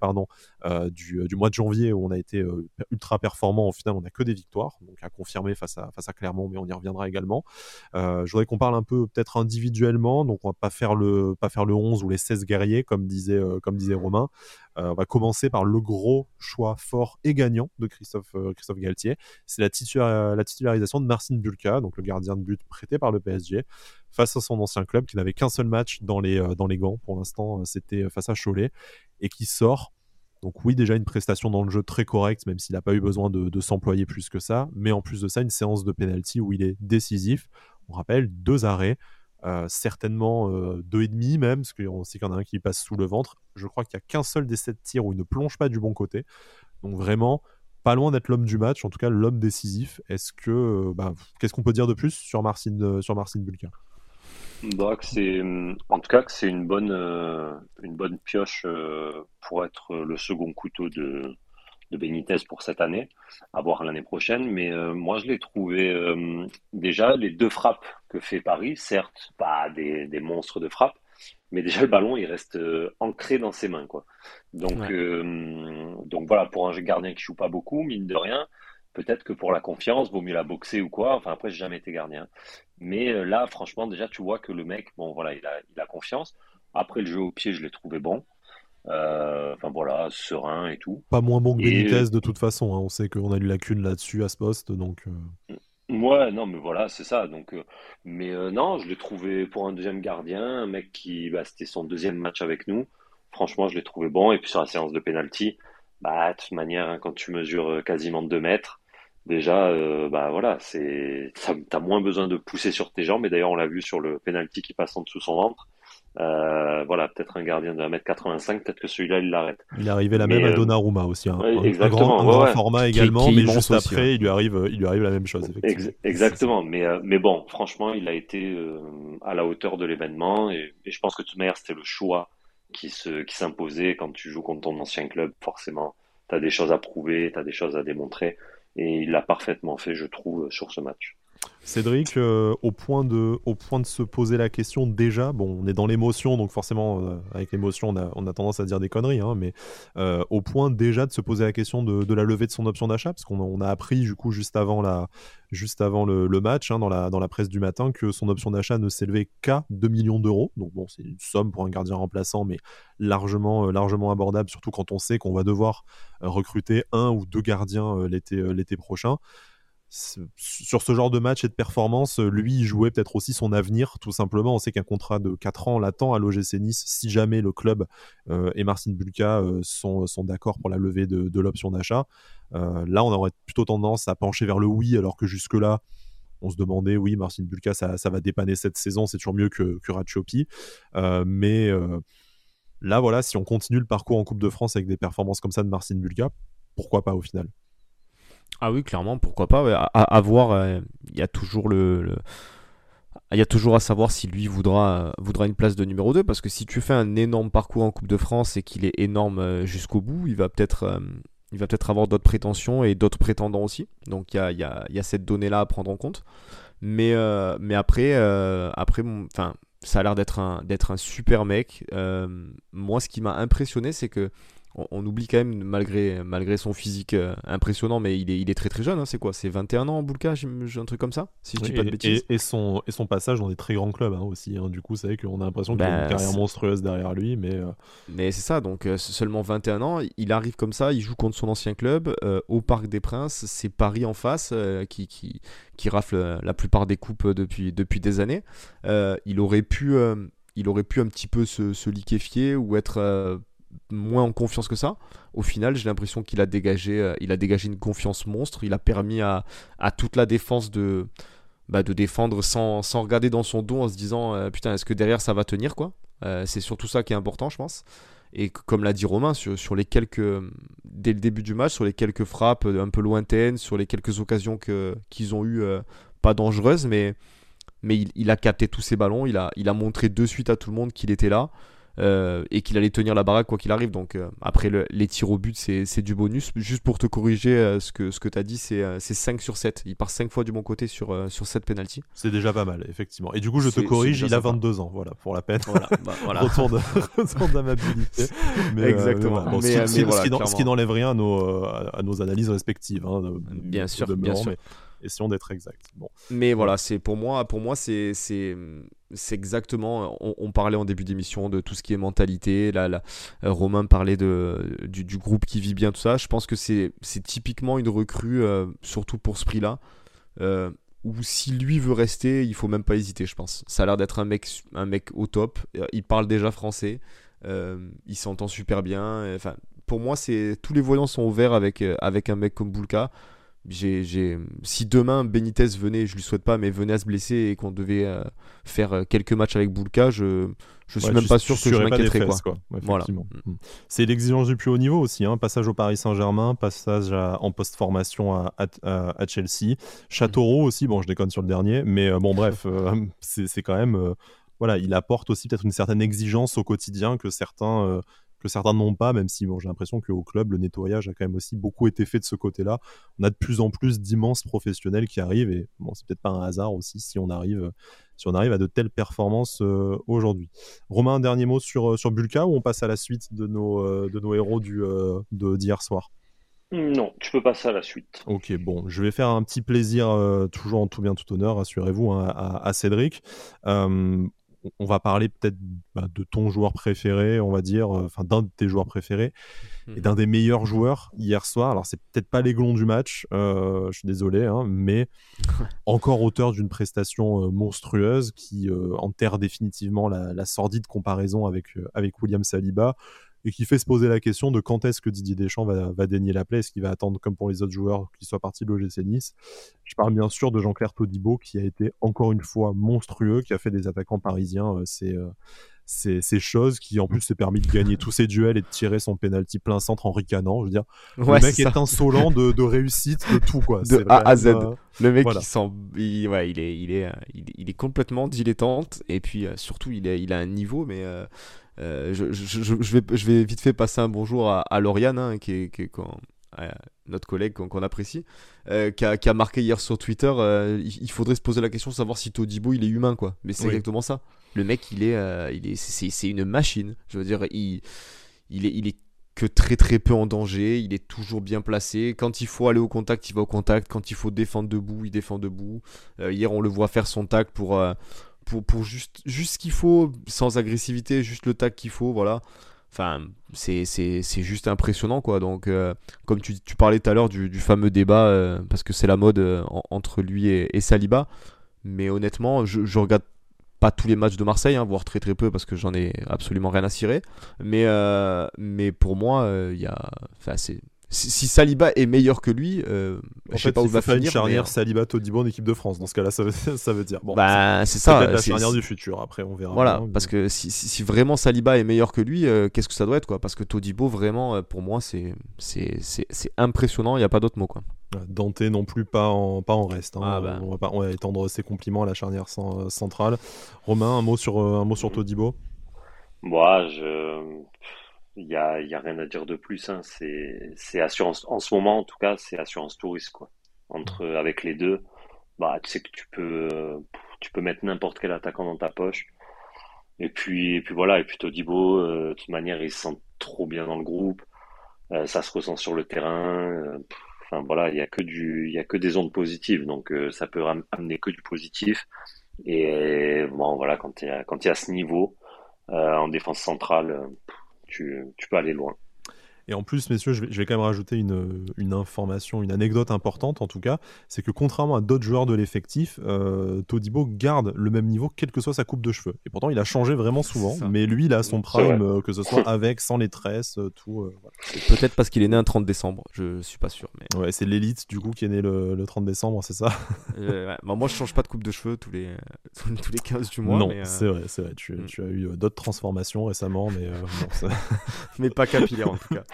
du mois de janvier où on a été ultra performant. Au final, on n'a que des victoires, donc à confirmer face à Clermont, mais on y reviendra également. Je voudrais qu'on parle un peu peut-être individuellement, donc on va pas faire le 11 ou les 16 guerriers comme disait Romain. On va commencer par le gros choix fort et gagnant de Christophe Galtier. C'est la titularisation de Marcin Bulka, donc le gardien de but prêté par le PSG, face à son ancien club qui n'avait qu'un seul match dans les gants. Pour l'instant, c'était face à Cholet, et qui sort. Donc oui, déjà une prestation dans le jeu très correcte, même s'il n'a pas eu besoin de s'employer plus que ça. Mais en plus de ça, une séance de penalty où il est décisif. On rappelle 2 arrêts, certainement 2,5 même, parce qu'on sait qu'il y en a un qui passe sous le ventre. Je crois qu'il n'y a qu'un seul des 7 tirs où il ne plonge pas du bon côté. Donc vraiment, pas loin d'être l'homme du match, en tout cas l'homme décisif. Qu'est-ce qu'on peut dire de plus sur Marcin Bulka? Bah, en tout cas, que c'est une bonne pioche pour être le second couteau de Benitez pour cette année, à voir l'année prochaine. Mais moi, je l'ai trouvé déjà les 2 frappes que fait Paris, certes pas des monstres de frappe, mais déjà le ballon il reste ancré dans ses mains, quoi. Donc, Ouais. donc voilà, pour un gardien qui joue pas beaucoup, mine de rien, peut-être que pour la confiance, vaut mieux la boxer ou quoi. Enfin après, j'ai jamais été gardien. Mais là, franchement, déjà tu vois que le mec, bon voilà, il a confiance. Après le jeu au pied, je l'ai trouvé bon. Enfin voilà, serein et tout. Pas moins bon que Et Benitez de toute façon, hein. On sait qu'on a une lacune là-dessus à ce poste, donc ouais, non, mais voilà, c'est ça. Donc, mais non, je l'ai trouvé pour un deuxième gardien, un mec qui, bah, c'était son deuxième match avec nous. Franchement, je l'ai trouvé bon. Et puis sur la séance de penalty, bah, de toute manière, hein, quand tu mesures quasiment 2 mètres, déjà, bah voilà, t'as moins besoin de pousser sur tes jambes. Et d'ailleurs, on l'a vu sur le penalty qui passe en dessous son ventre. Voilà, peut-être un gardien de 1,85 m, peut-être que celui-là, il l'arrête. il est arrivé la même Mais à Donnarumma aussi, hein. ouais, Un exactement, ouais, grand ouais. format Qui également, est mais immense juste aussi, ouais. après, il lui arrive la même chose, effectivement. Exactement, mais bon, franchement, il a été à la hauteur de l'événement et je pense que de toute manière, c'était le choix qui s'imposait quand tu joues contre ton ancien club. Forcément, tu as des choses à prouver, tu as des choses à démontrer et il l'a parfaitement fait, je trouve, sur ce match. Cédric, au point de se poser la question déjà, bon, on est dans l'émotion, donc forcément, avec l'émotion, on a tendance à dire des conneries, hein, mais au point déjà de se poser la question de la levée de son option d'achat, parce qu'on a appris du coup juste avant le match, hein, dans la presse du matin, que son option d'achat ne s'élevait qu'à 2 millions d'euros. Donc bon, c'est une somme pour un gardien remplaçant, mais largement abordable, surtout quand on sait qu'on va devoir recruter 1 ou 2 gardiens l'été prochain. Sur ce genre de match et de performance, lui, il jouait peut-être aussi son avenir, tout simplement. On sait qu'un contrat de 4 ans l'attend à l'OGC Nice si jamais le club et Marcin Bulka sont d'accord pour la levée de l'option d'achat. Là, on aurait plutôt tendance à pencher vers le oui, alors que jusque-là, on se demandait, oui, Marcin Bulka, ça va dépanner cette saison, c'est toujours mieux que Ratiopi. Mais là, voilà, si on continue le parcours en Coupe de France avec des performances comme ça de Marcin Bulka, pourquoi pas au final? Ah oui, clairement, pourquoi pas. Ouais. À voir, il y a toujours il y a toujours à savoir si lui voudra une place de numéro 2, parce que si tu fais un énorme parcours en Coupe de France et qu'il est énorme jusqu'au bout, il va peut-être avoir d'autres prétentions et d'autres prétendants aussi. Donc il y a cette donnée-là à prendre en compte. Mais après, enfin, ça a l'air d'être un super mec. Moi, ce qui m'a impressionné, c'est que on oublie quand même, malgré son physique impressionnant, mais il est très très jeune, hein, c'est quoi? C'est 21 ans en Boulka, j'ai un truc comme ça, si je dis pas de bêtises. Et son passage dans des très grands clubs aussi. Du coup, c'est vrai qu'on a l'impression qu'il a une carrière monstrueuse derrière lui. Mais c'est ça, donc seulement 21 ans, il arrive comme ça, il joue contre son ancien club au Parc des Princes. C'est Paris en face qui rafle la plupart des coupes depuis des années. Il aurait pu un petit peu se liquéfier ou être moins en confiance que ça. Au final, j'ai l'impression qu'il a dégagé une confiance monstre. Il a permis à toute la défense de défendre sans regarder dans son dos en se disant putain, est-ce que derrière ça va tenir, quoi. C'est surtout ça qui est important, je pense. Et comme l'a dit Romain, sur les dès le début du match, sur les quelques frappes un peu lointaines, sur les quelques occasions qu'ils ont eues, pas dangereuses, mais il a capté tous ces ballons. Il a montré de suite à tout le monde qu'il était là. Et qu'il allait tenir la baraque quoi qu'il arrive. Donc après les tirs au but, c'est du bonus. Juste pour te corriger, ce que tu as dit, c'est 5 sur 7. Il part 5 fois du bon côté sur 7 penalty. C'est déjà pas mal, effectivement. Et du coup, je te corrige, il a 22 ans, voilà, pour la peine. Voilà. Retour d'amabilité. Exactement. Ce qui n'enlève rien à nos analyses respectives. Bien sûr. Essayons d'être exact. Bon. Mais voilà, c'est pour moi c'est exactement. On parlait en début d'émission de tout ce qui est mentalité. Romain parlait du groupe qui vit bien, tout ça. Je pense que c'est typiquement une recrue, surtout pour ce prix-là, où si lui veut rester, il faut même pas hésiter, je pense. Ça a l'air d'être un mec au top. Il parle déjà français. Il s'entend super bien. Enfin, pour moi, tous les voyants sont ouverts avec un mec comme Boulka. Si demain Benitez venait, je lui souhaite pas, mais venait à se blesser et qu'on devait faire quelques matchs avec Boulka, je suis même pas sûr que je m'inquiéterais, quoi. Voilà. C'est l'exigence du plus haut niveau aussi, passage au Paris Saint-Germain, passage en post-formation à Chelsea, Châteauroux aussi, bon je déconne sur le dernier, mais bon bref, c'est quand même voilà, il apporte aussi peut-être une certaine exigence au quotidien que certains n'ont pas, même si j'ai l'impression qu'au club, le nettoyage a quand même aussi beaucoup été fait de ce côté-là. On a de plus en plus d'immenses professionnels qui arrivent, et bon, c'est peut-être pas un hasard aussi si on arrive à de telles performances aujourd'hui. Romain, un dernier mot sur Bulka, ou on passe à la suite de nos héros d'hier soir? Non, tu peux passer à la suite. Ok, bon, je vais faire un petit plaisir, toujours en tout bien tout honneur, rassurez-vous, à Cédric. On va parler peut-être de ton joueur préféré, on va dire, d'un de tes joueurs préférés et d'un des meilleurs joueurs hier soir. Alors c'est peut-être pas l'aiglon du match, je suis désolé, mais encore auteur d'une prestation monstrueuse qui enterre définitivement la sordide comparaison avec William Saliba, et qui fait se poser la question de quand est-ce que Didier Deschamps va dénier la plaie. Est-ce qu'il va attendre, comme pour les autres joueurs, qu'il soit parti de l'OGC Nice? Je parle bien sûr de Jean-Claire Todibo, qui a été encore une fois monstrueux, qui a fait des attaquants parisiens ces choses, qui en plus s'est permis de gagner tous ses duels et de tirer son penalty plein centre en ricanant. Je veux dire, le mec est insolent de réussite, de tout, quoi. De A à Z. Le mec, voilà. Il est complètement dilettante, et puis surtout il a un niveau, mais je vais vite fait passer un bonjour à Lauriane, qui est notre collègue qu'on apprécie, qui a marqué hier sur Twitter. Il faudrait se poser la question de savoir si Todibo il est humain, quoi. Mais c'est exactement ça. Le mec c'est une machine. Je veux dire, il est que très très peu en danger. Il est toujours bien placé. Quand il faut aller au contact, il va au contact. Quand il faut défendre debout, il défend debout. Hier, on le voit faire son tac pour juste ce qu'il faut, sans agressivité, juste le tac qu'il faut, voilà. Enfin, c'est juste impressionnant, quoi. Donc, comme tu parlais tout à l'heure du fameux débat, parce que c'est la mode entre lui et Saliba, mais honnêtement, je regarde pas tous les matchs de Marseille, voire très très peu, parce que j'en ai absolument rien à cirer. Mais pour moi, si Saliba est meilleur que lui, En je sais fait, pas où il il va faut faire une finir. charnière Saliba-Todibo en équipe de France. Dans ce cas-là, ça veut dire. Bon, Bah, c'est c'est ça. peut-être la charnière du futur. Après, on verra Voilà, bien. parce que si vraiment Saliba est meilleur que lui, qu'est-ce que ça doit être, quoi? Parce que Todibo, vraiment, pour moi, c'est impressionnant, il n'y a pas d'autre mot, quoi. Dante non plus pas en reste. Hein. Ah bah. On va étendre ses compliments à la charnière centrale. Romain, un mot sur Todibo. Moi, il y a rien à dire de plus, hein. C'est assurance, en ce moment, en tout cas, c'est assurance touriste, quoi. Avec les deux, bah, tu sais que tu peux mettre n'importe quel attaquant dans ta poche. Et puis voilà, et puis Todibo, de toute manière, il se sent trop bien dans le groupe. Ça se ressent sur le terrain. Enfin voilà, il y a que des ondes positives, donc ça peut amener que du positif. Et bon voilà, quand tu es à ce niveau en défense centrale, tu peux aller loin. Et en plus, messieurs, je vais quand même rajouter une information, une anecdote importante en tout cas, c'est que contrairement à d'autres joueurs de l'effectif, Todibo garde le même niveau quelle que soit sa coupe de cheveux. Et pourtant, il a changé vraiment souvent, mais lui, il a son prime, que ce soit avec, sans les tresses, tout. Voilà. Peut-être parce qu'il est né un 30 décembre, je suis pas sûr. Mais... Ouais, c'est l'élite du coup qui est né le 30 décembre, c'est ça? Ouais. Bah, moi, je change pas de coupe de cheveux tous les 15 du mois. Non, mais, c'est vrai. Tu as eu d'autres transformations récemment, mais bon, mais pas capillaire en tout cas.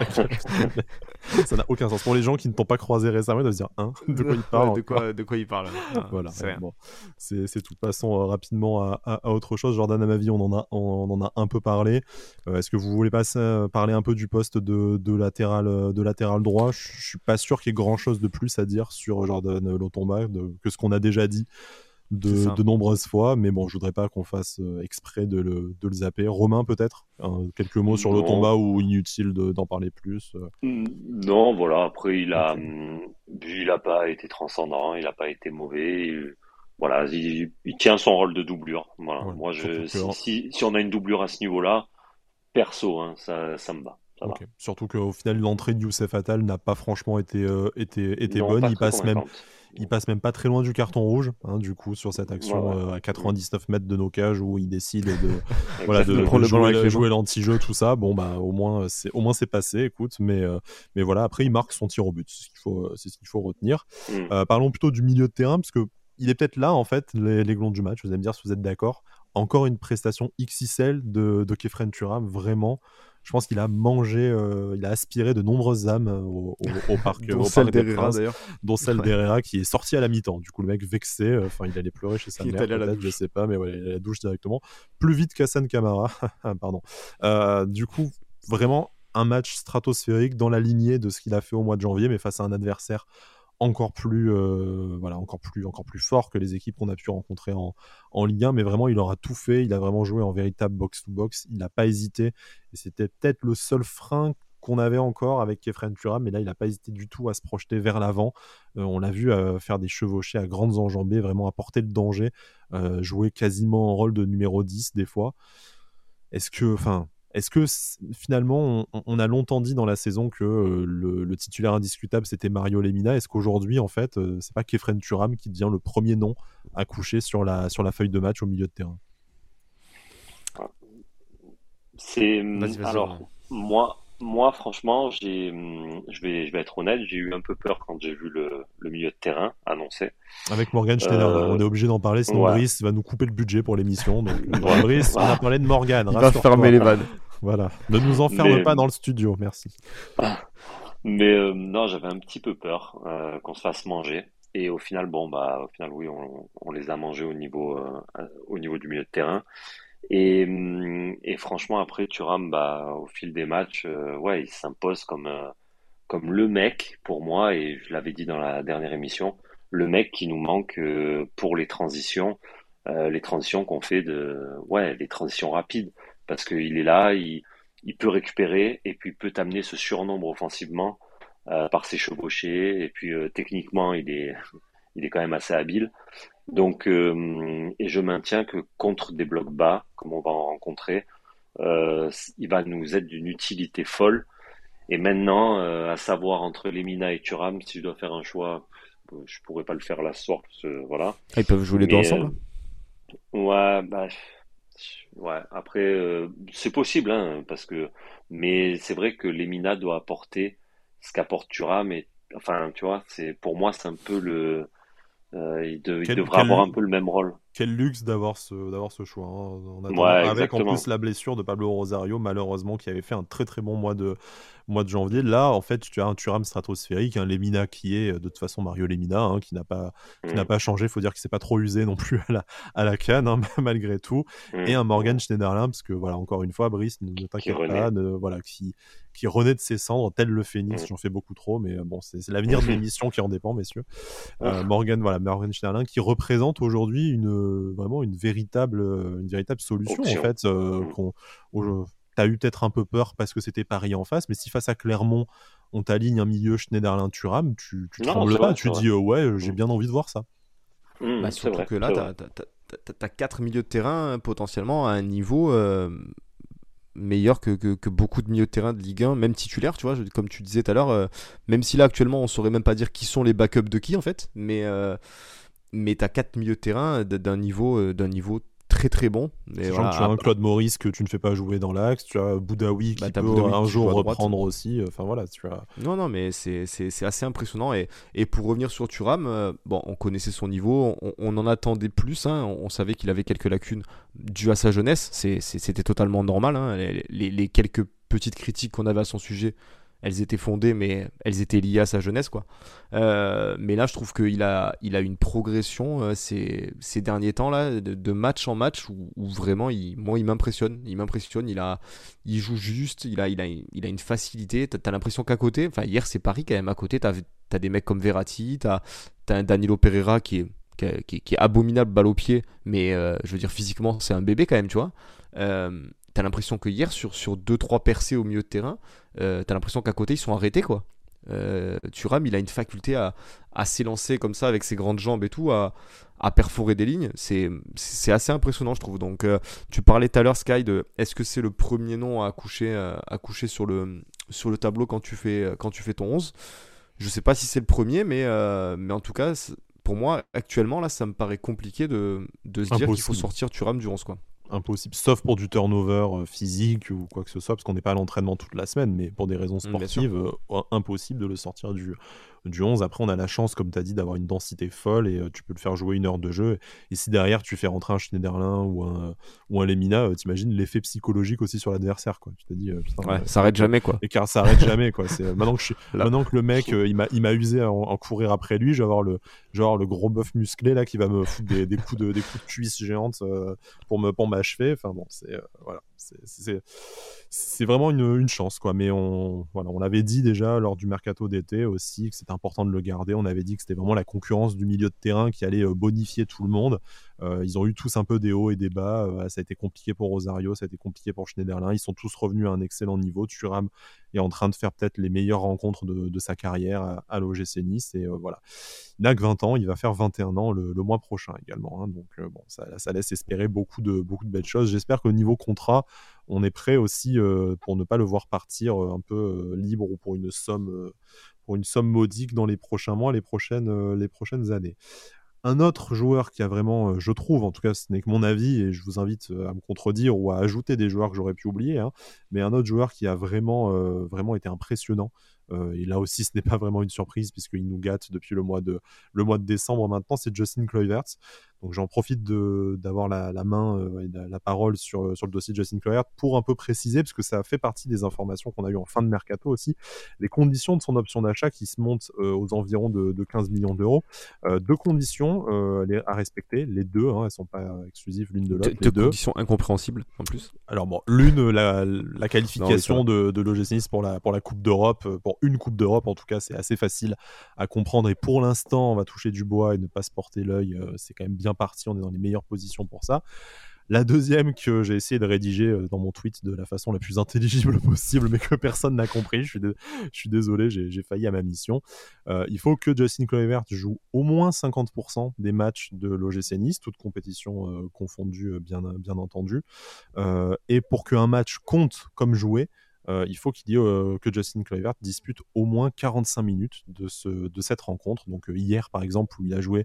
Ça n'a aucun sens. Pour les gens qui ne t'ont pas croisé récemment, ils doivent se dire de quoi il parle. De quoi il parle. Voilà. C'est tout. Passons rapidement à autre chose. Jordan Amavi, on en a un peu parlé. Est-ce que vous voulez parler un peu du poste de latéral droit? Je suis pas sûr qu'il y ait grand chose de plus à dire sur Jordan Lotomba que ce qu'on a déjà dit de nombreuses fois, mais bon, je voudrais pas qu'on fasse exprès de le zapper. Romain, peut-être quelques mots sur Lotomba ou inutile d'en parler plus. Non, voilà. Après, il a pas été transcendant, il a pas été mauvais. Voilà, il tient son rôle de doublure. Voilà. Ouais, moi, si on a une doublure à ce niveau-là, perso, hein, ça me va. Okay. Surtout qu'au final, l'entrée de Youssef Attal n'a pas franchement été bonne. Il passe même pas très loin du carton rouge, hein, du coup, sur cette action à 99 mètres de nos cages où il décide de jouer l'anti-jeu, tout ça. Bon, bah, au moins c'est passé, écoute. Mais voilà, après, il marque son tir au but. C'est ce qu'il faut retenir. Parlons plutôt du milieu de terrain, parce que il est peut-être là, en fait, les glons du match. Vous allez me dire si vous êtes d'accord. Encore une prestation XXL de Khéphren Thuram, vraiment. Je pense qu'il a mangé, il a aspiré de nombreuses âmes au parc, dont celle d'Herrera d'ailleurs, dont celle d'Herrera qui est sortie à la mi-temps. Du coup, le mec vexé, il allait pleurer chez sa mère, peut-être, je sais pas, mais ouais, il allait à la douche directement, plus vite qu'Hassan Kamara. Pardon. Du coup, vraiment un match stratosphérique dans la lignée de ce qu'il a fait au mois de janvier, mais face à un adversaire encore plus fort que les équipes qu'on a pu rencontrer en Ligue 1, mais vraiment il aura tout fait, il a vraiment joué en véritable box-to-box, il n'a pas hésité, et c'était peut-être le seul frein qu'on avait encore avec Khéphren Thuram, mais là il n'a pas hésité du tout à se projeter vers l'avant. On l'a vu faire des chevauchées à grandes enjambées, vraiment apporter le danger, jouer quasiment en rôle de numéro 10 des fois. Est-ce que finalement, on a longtemps dit dans la saison que le titulaire indiscutable, c'était Mario Lemina. Est-ce qu'aujourd'hui, en fait, c'est pas Khéphren Thuram qui devient le premier nom à coucher sur la feuille de match au milieu de terrain? Alors, moi, franchement, je vais être honnête, j'ai eu un peu peur quand j'ai vu le milieu de terrain annoncé. Avec Morgan Schneider, on est obligé d'en parler, sinon Brice va nous couper le budget pour l'émission. Donc, Brice, on a parlé de Morgan. Il va fermer les vannes. Voilà, ne nous enferme pas dans le studio, merci. Mais non, j'avais un petit peu peur qu'on se fasse manger. Et au final, oui, on les a mangés au niveau du milieu de terrain. Et franchement, après, Thuram, au fil des matchs, il s'impose comme le mec pour moi. Et je l'avais dit dans la dernière émission, le mec qui nous manque pour les transitions qu'on fait les transitions rapides, parce qu'il est là, il peut récupérer et puis il peut t'amener ce surnombre offensivement par ses chevauchés, et puis techniquement il est quand même assez habile. Donc et je maintiens que contre des blocs bas comme on va en rencontrer, il va nous être d'une utilité folle. Et maintenant, à savoir entre Lemina et Thuram, si je dois faire un choix, je pourrais pas le faire là ce soir, parce que, voilà. Ils peuvent jouer les deux ensemble. Après, c'est possible, hein, mais c'est vrai que Lemina doit apporter ce qu'apporte Thuram. Et enfin, tu vois, pour moi, c'est un peu il Quel, devrait avoir un quel, peu le même rôle. quel luxe d'avoir ce choix, hein, en attendant. Ouais, Avec en plus exactement. la blessure de Pablo Rosario, malheureusement, qui avait fait un très très bon mois de janvier. Là, en fait, tu as un Thuram stratosphérique, un Lemina qui est de toute façon Mario Lemina, hein, qui n'a Mm, pas changé. Il faut dire qu'il s'est pas trop usé non plus à la CAN, hein, malgré tout. Et un Morgan mm. Schneiderlin, parce que voilà, encore une fois, Brice, ne Qui t'inquiète pas, renaît. voilà, qui renaît de ses cendres, tel le phénix. Mm. J'en fais beaucoup trop, mais bon, c'est l'avenir de l'émission qui en dépend, messieurs. Morgan Schneiderlin qui représente aujourd'hui vraiment une véritable solution en Option. fait. Mm. T'as eu peut-être un peu peur parce que c'était Paris en face, mais si face à Clermont on t'aligne un milieu Schneiderlin-Thuram, tu Non, trembles c'est pas, vrai, tu c'est vrai. dis ouais, j'ai Mm. bien envie de voir ça. Bah, C'est surtout vrai, que là, c'est tu vrai. as 4 milieux de terrain potentiellement à un niveau meilleur que beaucoup de milieux de terrain de Ligue 1, même titulaire, tu vois, comme tu disais tout à l'heure, même si là actuellement on saurait même pas dire qui sont les backups de qui en fait, mais tu as 4 milieux de terrain d'un niveau très très bon. Et Sachant que tu as voilà, un Claude Maurice que tu ne fais pas jouer dans l'axe, tu as Boudaoui bah, qui t'as peut Boudaoui un qui joue jour à droite. reprendre aussi. Enfin voilà, tu as. Non, non, mais c'est assez impressionnant. Et pour revenir sur Thuram, bon, on connaissait son niveau, on en attendait plus. Hein, on savait qu'il avait quelques lacunes dues à sa jeunesse. C'était totalement normal. Hein, les quelques petites critiques qu'on avait à son sujet, elles étaient fondées, mais elles étaient liées à sa jeunesse, quoi. Mais là, je trouve qu'il a une progression ces derniers temps là, de match en match où vraiment, moi, il m'impressionne. Il m'impressionne. Il joue juste. Il a une facilité. T'as l'impression qu'à côté, enfin hier c'est Paris quand même à côté. T'as des mecs comme Verratti. T'as un Danilo Pereira qui est abominable balle au pied, mais je veux dire physiquement c'est un bébé quand même, tu vois. T'as l'impression que hier sur 2-3 percées au milieu de terrain, t'as l'impression qu'à côté ils sont arrêtés quoi. Thuram il a une faculté à s'élancer comme ça avec ses grandes jambes et tout, à perforer des lignes. C'est assez impressionnant je trouve. Donc tu parlais tout à l'heure Sky de est-ce que c'est le premier nom à coucher sur le tableau quand tu fais ton 11. Je sais pas si c'est le premier, mais en tout cas pour moi actuellement là ça me paraît compliqué de se dire qu'il faut Impossible. sortir Thuram du 11 quoi. Impossible, sauf pour du turnover physique ou quoi que ce soit, parce qu'on n'est pas à l'entraînement toute la semaine, mais pour des raisons Bien sûr. sportives, impossible de le sortir du 11. Après, on a la chance, comme tu as dit, d'avoir une densité folle et tu peux le faire jouer 1 heure de jeu. Et si derrière, tu fais rentrer un Schneiderlin ou un Lemina, t'imagines l'effet psychologique aussi sur l'adversaire. Quoi. Tu te dis, putain, Ouais, ça arrête jamais quoi. et car ça arrête jamais. Quoi. Là, Maintenant que le mec, il m'a usé à en courir après lui, je vais avoir le gros bœuf musclé là, qui va me foutre des coups de cuisse géantes pour m'achever. Enfin bon, voilà, c'est vraiment une chance quoi. Mais on l'avait dit déjà lors du mercato d'été aussi que c'était important de le garder. On avait dit que c'était vraiment la concurrence du milieu de terrain qui allait bonifier tout le monde. Ils ont eu tous un peu des hauts et des bas. Ça a été compliqué pour Rosario, ça a été compliqué pour Schneiderlin. Ils sont tous revenus à un excellent niveau. Thuram est en train de faire peut-être les meilleures rencontres de sa carrière à l'OGC Nice. Et voilà. Il n'a que 20 ans, il va faire 21 ans le mois prochain également. Hein. Donc bon, ça laisse espérer beaucoup de belles choses. J'espère qu'au niveau contrat, on est prêt aussi pour ne pas le voir partir un peu libre ou pour une somme modique dans les prochains mois, les prochaines années. Un autre joueur qui a vraiment, je trouve, en tout cas ce n'est que mon avis et je vous invite à me contredire ou à ajouter des joueurs que j'aurais pu oublier, hein, mais un autre joueur qui a vraiment été impressionnant, et là aussi ce n'est pas vraiment une surprise puisqu'il nous gâte depuis le mois de décembre maintenant, c'est Justin Kluivert. Donc j'en profite d'avoir la main et la parole sur le dossier de Justin Kluivert pour un peu préciser, parce que ça fait partie des informations qu'on a eues en fin de mercato aussi, les conditions de son option d'achat qui se montent aux environs de 15 millions d'euros. Deux conditions à respecter, les deux, hein, elles ne sont pas exclusives l'une de l'autre, les de deux. conditions incompréhensibles en plus. Alors bon, l'une, la Non, oui, qualification de l'OGC Nice pour la Coupe d'Europe, pour une Coupe d'Europe en tout cas, c'est assez facile à comprendre et pour l'instant, on va toucher du bois et ne pas se porter l'œil, c'est quand même bien parti, on est dans les meilleures positions pour ça. La deuxième que j'ai essayé de rédiger dans mon tweet de la façon la plus intelligible possible, mais que personne n'a compris, je suis désolé, j'ai failli à ma mission. Il faut que Justin Kluivert joue au moins 50% des matchs de l'OGC Nice, toutes compétitions confondues bien entendu. Et pour qu'un match compte comme joué, il faut que Justin Kluivert dispute au moins 45 minutes de cette rencontre. Donc hier, par exemple, où il a joué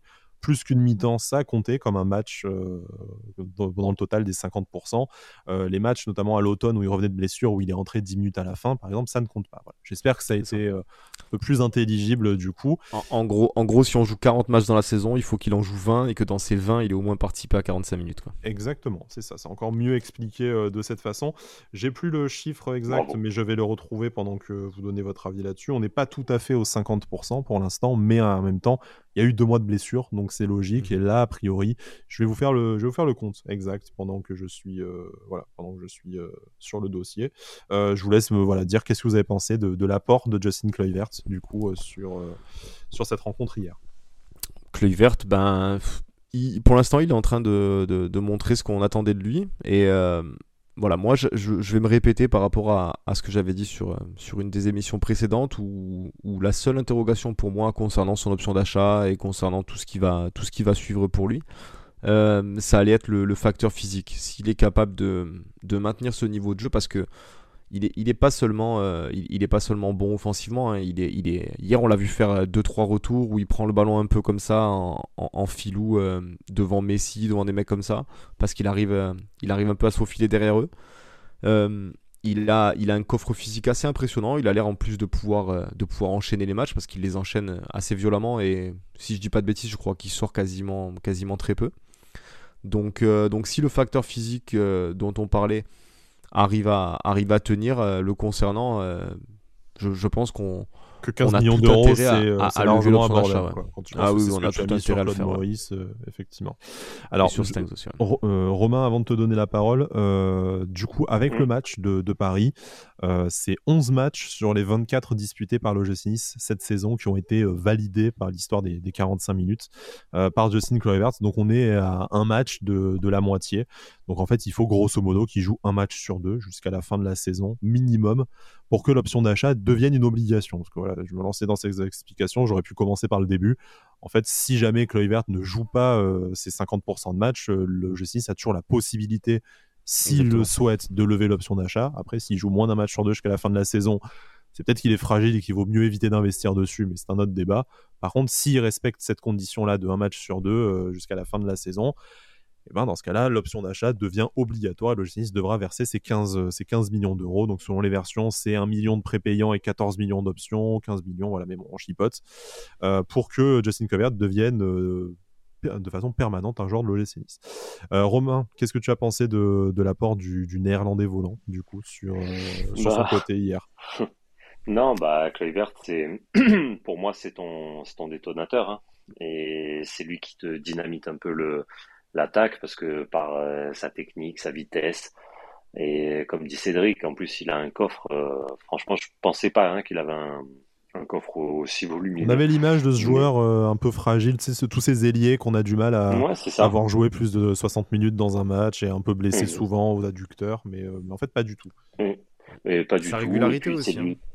plus qu'une mi-temps, ça comptait comme un match dans le total des 50%. Les matchs, notamment à l'automne où il revenait de blessure, où il est rentré 10 minutes à la fin, par exemple, ça ne compte pas. Voilà. J'espère que ça a été un peu plus intelligible du coup. En gros, si on joue 40 matchs dans la saison, il faut qu'il en joue 20 et que dans ces 20, il ait au moins participé à 45 minutes. Quoi. Exactement, c'est ça. C'est encore mieux expliqué de cette façon. J'ai plus le chiffre exact, Bravo. mais je vais le retrouver pendant que vous donnez votre avis là-dessus. On n'est pas tout à fait aux 50% pour l'instant, mais en même temps, il y a eu 2 mois de blessure, donc c'est logique. Et là, a priori, je vais vous faire le compte exact pendant que je suis, sur le dossier. Je vous laisse me dire qu'est-ce que vous avez pensé de l'apport de Justin Kluivert du coup sur cette rencontre hier. Kluivert, pour l'instant, il est en train de montrer ce qu'on attendait de lui. Et voilà, moi, je vais me répéter par rapport à ce que j'avais dit sur une des émissions précédentes, où la seule interrogation pour moi concernant son option d'achat et concernant tout ce qui va suivre pour lui, ça allait être le facteur physique. S'il est capable de maintenir ce niveau de jeu, parce que il est pas seulement bon offensivement, hein. Hier on l'a vu faire 2-3 retours où il prend le ballon un peu comme ça en filou devant Messi, devant des mecs comme ça, parce qu'il arrive un peu à se faufiler derrière eux. Il a un coffre physique assez impressionnant. Il a l'air en plus de pouvoir enchaîner les matchs, parce qu'il les enchaîne assez violemment, et si je dis pas de bêtises, je crois qu'il sort quasiment très peu. Donc si le facteur physique dont on parlait arrive à tenir le concernant, je pense qu'on Que 15 a millions tout d'euros, intérêt c'est à lever largement l'option d'achat. abordable. Ouais. Quand tu Ah penses oui, que c'est on ce a que tu as tout mis sur intérêt à le Claude faire. Ouais. Maurice, effectivement. Et Alors, sur Stengs aussi. Ouais. Romain, avant de te donner la parole, du coup, avec le match de Paris, c'est 11 matchs sur les 24 disputés par l'OGC Nice cette saison qui ont été validés par l'histoire des 45 minutes par Justin Kluivert. Donc, on est à un match de la moitié. Donc, en fait, il faut grosso modo qu'il joue un match sur 2 jusqu'à la fin de la saison, minimum, pour que l'option d'achat devienne une obligation. Parce que voilà, je me lançais dans ces explications, j'aurais pu commencer par le début. En fait, si jamais Kluivert ne joue pas ses 50% de match, le G6 a toujours la possibilité, s'il le souhaite, de lever l'option d'achat. Après, s'il joue moins d'un match sur 2 jusqu'à la fin de la saison, c'est peut-être qu'il est fragile et qu'il vaut mieux éviter d'investir dessus, mais c'est un autre débat. Par contre, s'il respecte cette condition-là de un match sur 2 jusqu'à la fin de la saison, et dans ce cas-là, l'option d'achat devient obligatoire et le GC Nice devra verser ses 15 millions d'euros. Donc, selon les versions, c'est 1 million de prépayants et 14 millions d'options, 15 millions, voilà, mais bon, on chipote, pour que Justin Kluivert devienne de façon permanente un joueur de l'OGC Nice. Romain, qu'est-ce que tu as pensé de l'apport du néerlandais volant, du coup, sur son côté hier? Non, Kluivert, pour moi, c'est ton détonateur, hein. Et c'est lui qui te dynamite un peu l'attaque, parce que par sa technique, sa vitesse, et comme dit Cédric, en plus il a un coffre. Franchement, je pensais pas qu'il avait un coffre aussi volumineux. On avait l'image de ce joueur un peu fragile, tu sais, tous ces ailiers qu'on a du mal à avoir joué plus de 60 minutes dans un match et un peu blessé souvent aux adducteurs, mais en fait pas du tout. Mais pas du sa tout. Régularité et puis, aussi. Hein.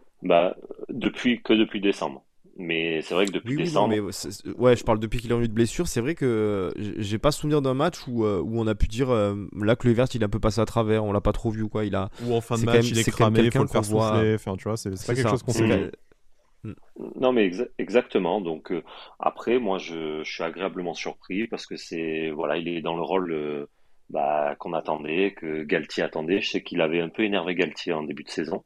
Depuis décembre. Mais c'est vrai que depuis décembre. Oui, non, mais je parle depuis qu'il est revenu de blessure. C'est vrai que j'ai pas souvenir d'un match où on a pu dire là que Kluivert il est un peu passé à travers, on l'a pas trop vu ou quoi. Ou en fin de match, il est cramé, il faut le faire souffler. Enfin, tu vois, c'est pas quelque chose qu'on sait. Non, mais exactement. Donc après, moi, je suis agréablement surpris parce que il est dans le rôle qu'on attendait, que Galtier attendait. Je sais qu'il avait un peu énervé Galtier en début de saison.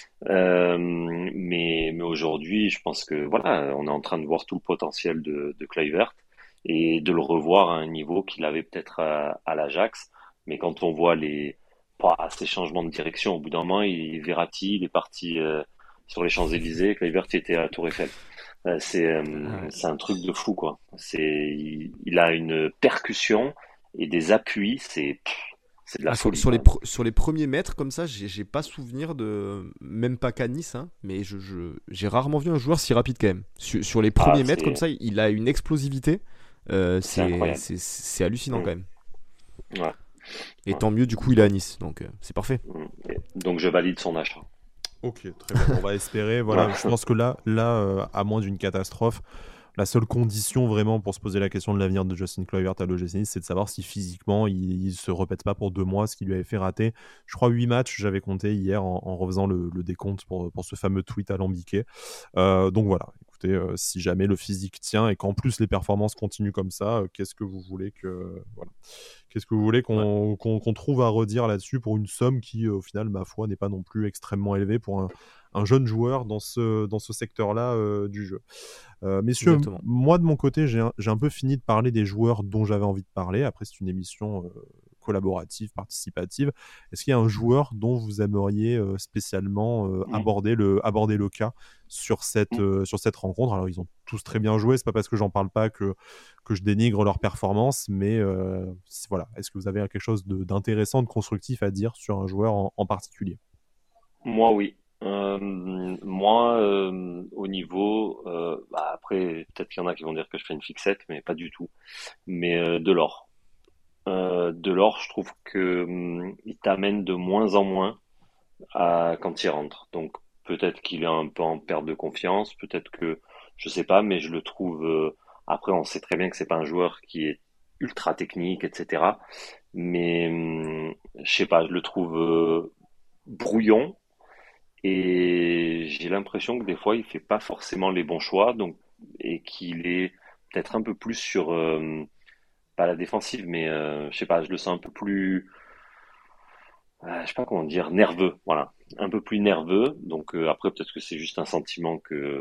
Mais aujourd'hui, je pense que on est en train de voir tout le potentiel de Kluivert et de le revoir à un niveau qu'il avait peut-être à l'Ajax. Mais quand on voit ces changements de direction, au bout d'un moment, Verratti, il est parti sur les Champs-Élysées, Kluivert était à la Tour Eiffel. C'est un truc de fou, quoi. Il a une percussion et des appuis, c'est de la folie. Sur les premiers mètres comme ça, j'ai pas souvenir de, même pas qu'à Nice, hein, mais j'ai rarement vu un joueur si rapide quand même. Sur les premiers mètres comme ça, il a une explosivité. C'est hallucinant quand même. Ouais. Et tant mieux, du coup, il est à Nice, donc c'est parfait. Donc je valide son achat. Ok, très bien. On va espérer. Voilà, je pense que là, à moins d'une catastrophe, la seule condition vraiment pour se poser la question de l'avenir de Justin Kluivert à l'OGC Nice, c'est de savoir si physiquement il se répète pas pour 2 mois ce qui lui avait fait rater. Je crois 8 matchs, j'avais compté hier en refaisant le décompte pour ce fameux tweet alambiqué. Donc voilà. écoutez, si jamais le physique tient et qu'en plus les performances continuent comme ça, qu'est-ce que vous voulez qu'on trouve à redire là-dessus pour une somme qui, au final, ma foi, n'est pas non plus extrêmement élevée pour un jeune joueur dans ce secteur-là du jeu. Messieurs, Exactement. moi de mon côté, j'ai un peu fini de parler des joueurs dont j'avais envie de parler. Après, c'est une émission collaborative, participative. Est-ce qu'il y a un joueur dont vous aimeriez spécialement aborder le cas sur cette rencontre? Alors, ils ont tous très bien joué. C'est pas parce que j'en parle pas que je dénigre leur performance, mais voilà. Est-ce que vous avez quelque chose d'intéressant, de constructif à dire sur un joueur en particulier? Moi, oui. Moi, au niveau, après, peut-être qu'il y en a qui vont dire que je fais une fixette, mais pas du tout. Mais Delors. Delors, je trouve que il t'amène de moins en moins quand il rentre. Donc peut-être qu'il est un peu en perte de confiance, peut-être que je sais pas, mais je le trouve. Après, on sait très bien que c'est pas un joueur qui est ultra technique, etc. Mais je sais pas, je le trouve brouillon et j'ai l'impression que des fois il fait pas forcément les bons choix, donc et qu'il est peut-être un peu plus sur pas la défensive, mais je sais pas, je le sens un peu plus je sais pas comment dire, nerveux, voilà, un peu plus nerveux. Donc après, peut-être que c'est juste un sentiment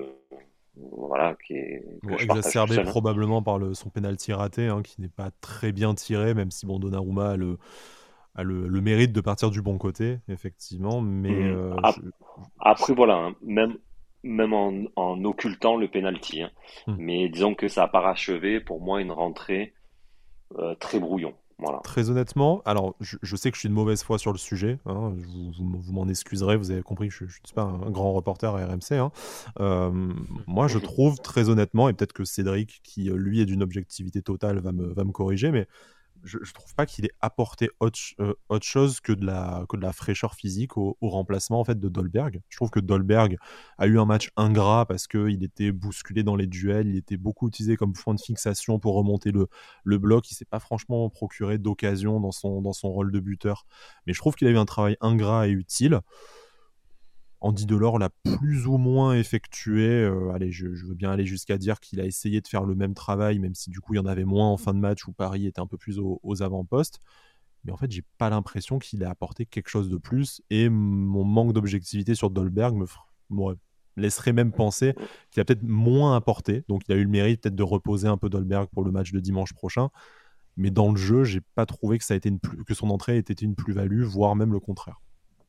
voilà, que Bon, je partage tout exacerbé seul, hein. probablement par son penalty raté, hein, qui n'est pas très bien tiré, même si bon, Donnarumma a le mérite de partir du bon côté, effectivement. Mais Mhm. Après, voilà, hein, même en occultant le penalty, hein. hmm. Mais disons que ça a parachevé pour moi une rentrée très brouillon. Voilà. Très honnêtement, alors je sais que je suis de mauvaise foi sur le sujet, hein, vous m'en excuserez, vous avez compris que je ne suis pas un grand reporter à RMC, hein. Moi, je trouve très honnêtement, et peut-être que Cédric, qui lui est d'une objectivité totale, va me corriger, mais je trouve pas qu'il ait apporté autre chose que de la fraîcheur physique au remplacement en fait de Dolberg. Je trouve que Dolberg a eu un match ingrat parce qu'il était bousculé dans les duels, il était beaucoup utilisé comme point de fixation pour remonter le bloc, il s'est pas franchement procuré d'occasion dans son rôle de buteur. Mais je trouve qu'il a eu un travail ingrat et utile. Andy Delors l'a plus ou moins effectué. Allez, je veux bien aller jusqu'à dire qu'il a essayé de faire le même travail, même si du coup il y en avait moins en fin de match où Paris était un peu plus aux avant-postes. Mais en fait, j'ai pas l'impression qu'il ait apporté quelque chose de plus. Et mon manque d'objectivité sur Dolberg me laisserait même penser qu'il a peut-être moins apporté. Donc il a eu le mérite peut-être de reposer un peu Dolberg pour le match de dimanche prochain. Mais dans le jeu, j'ai pas trouvé que que son entrée ait été une plus-value, voire même le contraire.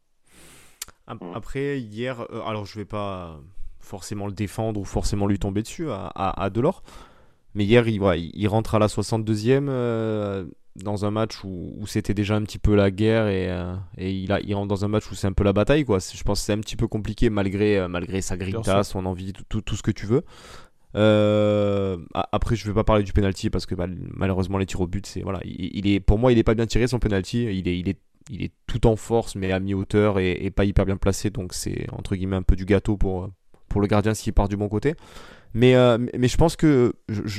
Après, hier, alors je vais pas forcément le défendre ou forcément lui tomber dessus à Delors, mais hier, il rentre à la 62e dans un match où c'était déjà un petit peu la guerre et il rentre dans un match où c'est un peu la bataille, quoi. Je pense que c'est un petit peu compliqué malgré sa grinta, son envie, tout ce que tu veux. Après, je vais pas parler du penalty parce que malheureusement les tirs au but, c'est voilà, pour moi, il est pas bien tiré son penalty. Il est tout en force, mais à mi-hauteur et pas hyper bien placé. Donc c'est entre guillemets un peu du gâteau pour le gardien s'il part du bon côté. Mais je pense que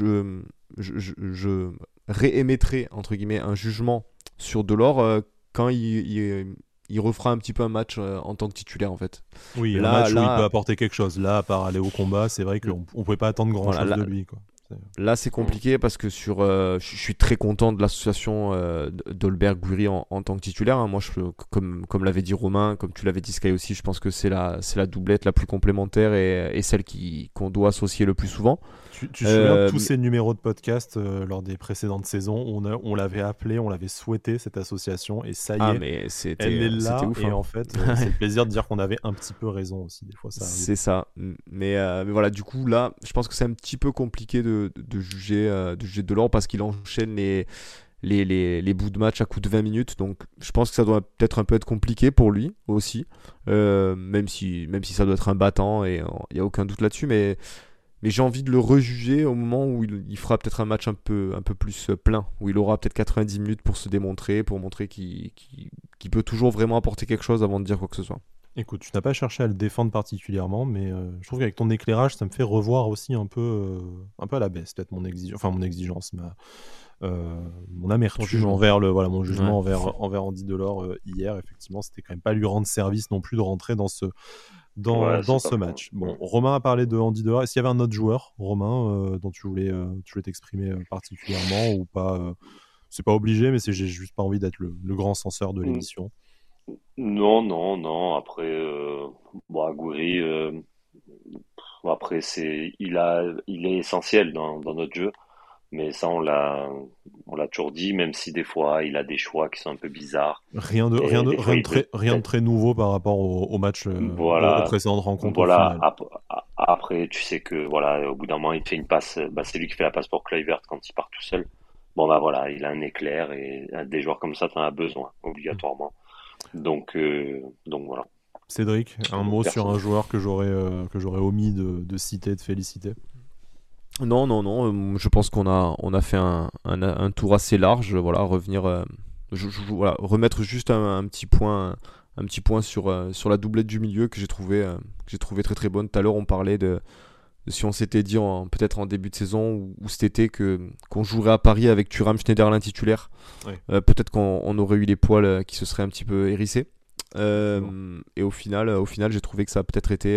je réémettrai entre guillemets un jugement sur Delors quand il refera un petit peu un match en tant que titulaire en fait. Oui, un match où il peut apporter quelque chose. Là, à part aller au combat, c'est vrai qu'on ne pouvait pas attendre grand-chose de lui, quoi. Là, c'est compliqué parce que je suis très content de l'association Dolberg-Guiri en tant que titulaire, hein. Moi, comme l'avait dit Romain, comme tu l'avais dit Sky aussi, je pense que c'est la doublette la plus complémentaire et celle qu'on doit associer le plus souvent. Tu te souviens de tous ces numéros de podcast lors des précédentes saisons, on l'avait appelé, on l'avait souhaité cette association, et ça y est, mais elle est là, ouf, et hein. en fait, c'est le plaisir de dire qu'on avait un petit peu raison aussi, des fois ça arrive. C'est ça, mais voilà, du coup là, je pense que c'est un petit peu compliqué de juger Delors parce qu'il enchaîne les bouts de match à coup de 20 minutes, donc je pense que ça doit peut-être un peu être compliqué pour lui aussi, même si ça doit être un battant et il n'y a aucun doute là-dessus, mais j'ai envie de le rejuger au moment où il fera peut-être un match un peu plus plein, où il aura peut-être 90 minutes pour se démontrer, pour montrer qu'il peut toujours vraiment apporter quelque chose avant de dire quoi que ce soit. Écoute, tu n'as pas cherché à le défendre particulièrement, mais je trouve qu'avec ton éclairage, ça me fait revoir aussi un peu à la baisse, peut-être mon exigence, mon amertume envers mon jugement envers Andy Delors hier. Effectivement, c'était quand même pas lui rendre service non plus de rentrer dans Ouais, dans c'est ce pas faux. match. Bon, Romain a parlé de Andy Delors. Est-ce qu'il y avait un autre joueur, Romain, dont tu voulais t'exprimer particulièrement ou pas c'est pas obligé, mais j'ai juste pas envie d'être le grand censeur de Mm. l'émission. Non, non, non. Après, bon, Agüero, après il est essentiel dans notre jeu. Mais ça, on l'a toujours dit, même si des fois il a des choix qui sont un peu bizarres. Et des fois, il peut Rien de très nouveau par rapport au match, aux voilà, précédentes rencontres au voilà. final. Après, tu sais que voilà, au bout d'un moment, il te fait une passe. Bah, c'est lui qui fait la passe pour Kluivert quand il part tout seul. Bon bah voilà, il a un éclair et des joueurs comme ça, t'en as besoin obligatoirement. Donc voilà. Cédric, un Donc mot sur personne. un joueur que j'aurais omis de citer, de féliciter. Non, non, non. Je pense on a fait un tour assez large. Voilà, revenir, voilà, remettre juste un petit point sur la doublette du milieu que j'ai trouvé très très bonne. Tout à l'heure, on parlait de si on s'était dit peut-être en début de saison ou cet été qu'on jouerait à Paris avec Thuram, Schneiderlin titulaire. Ouais. Peut-être qu'on aurait eu les poils qui se seraient un petit peu hérissés. Et au final, j'ai trouvé que ça a peut-être été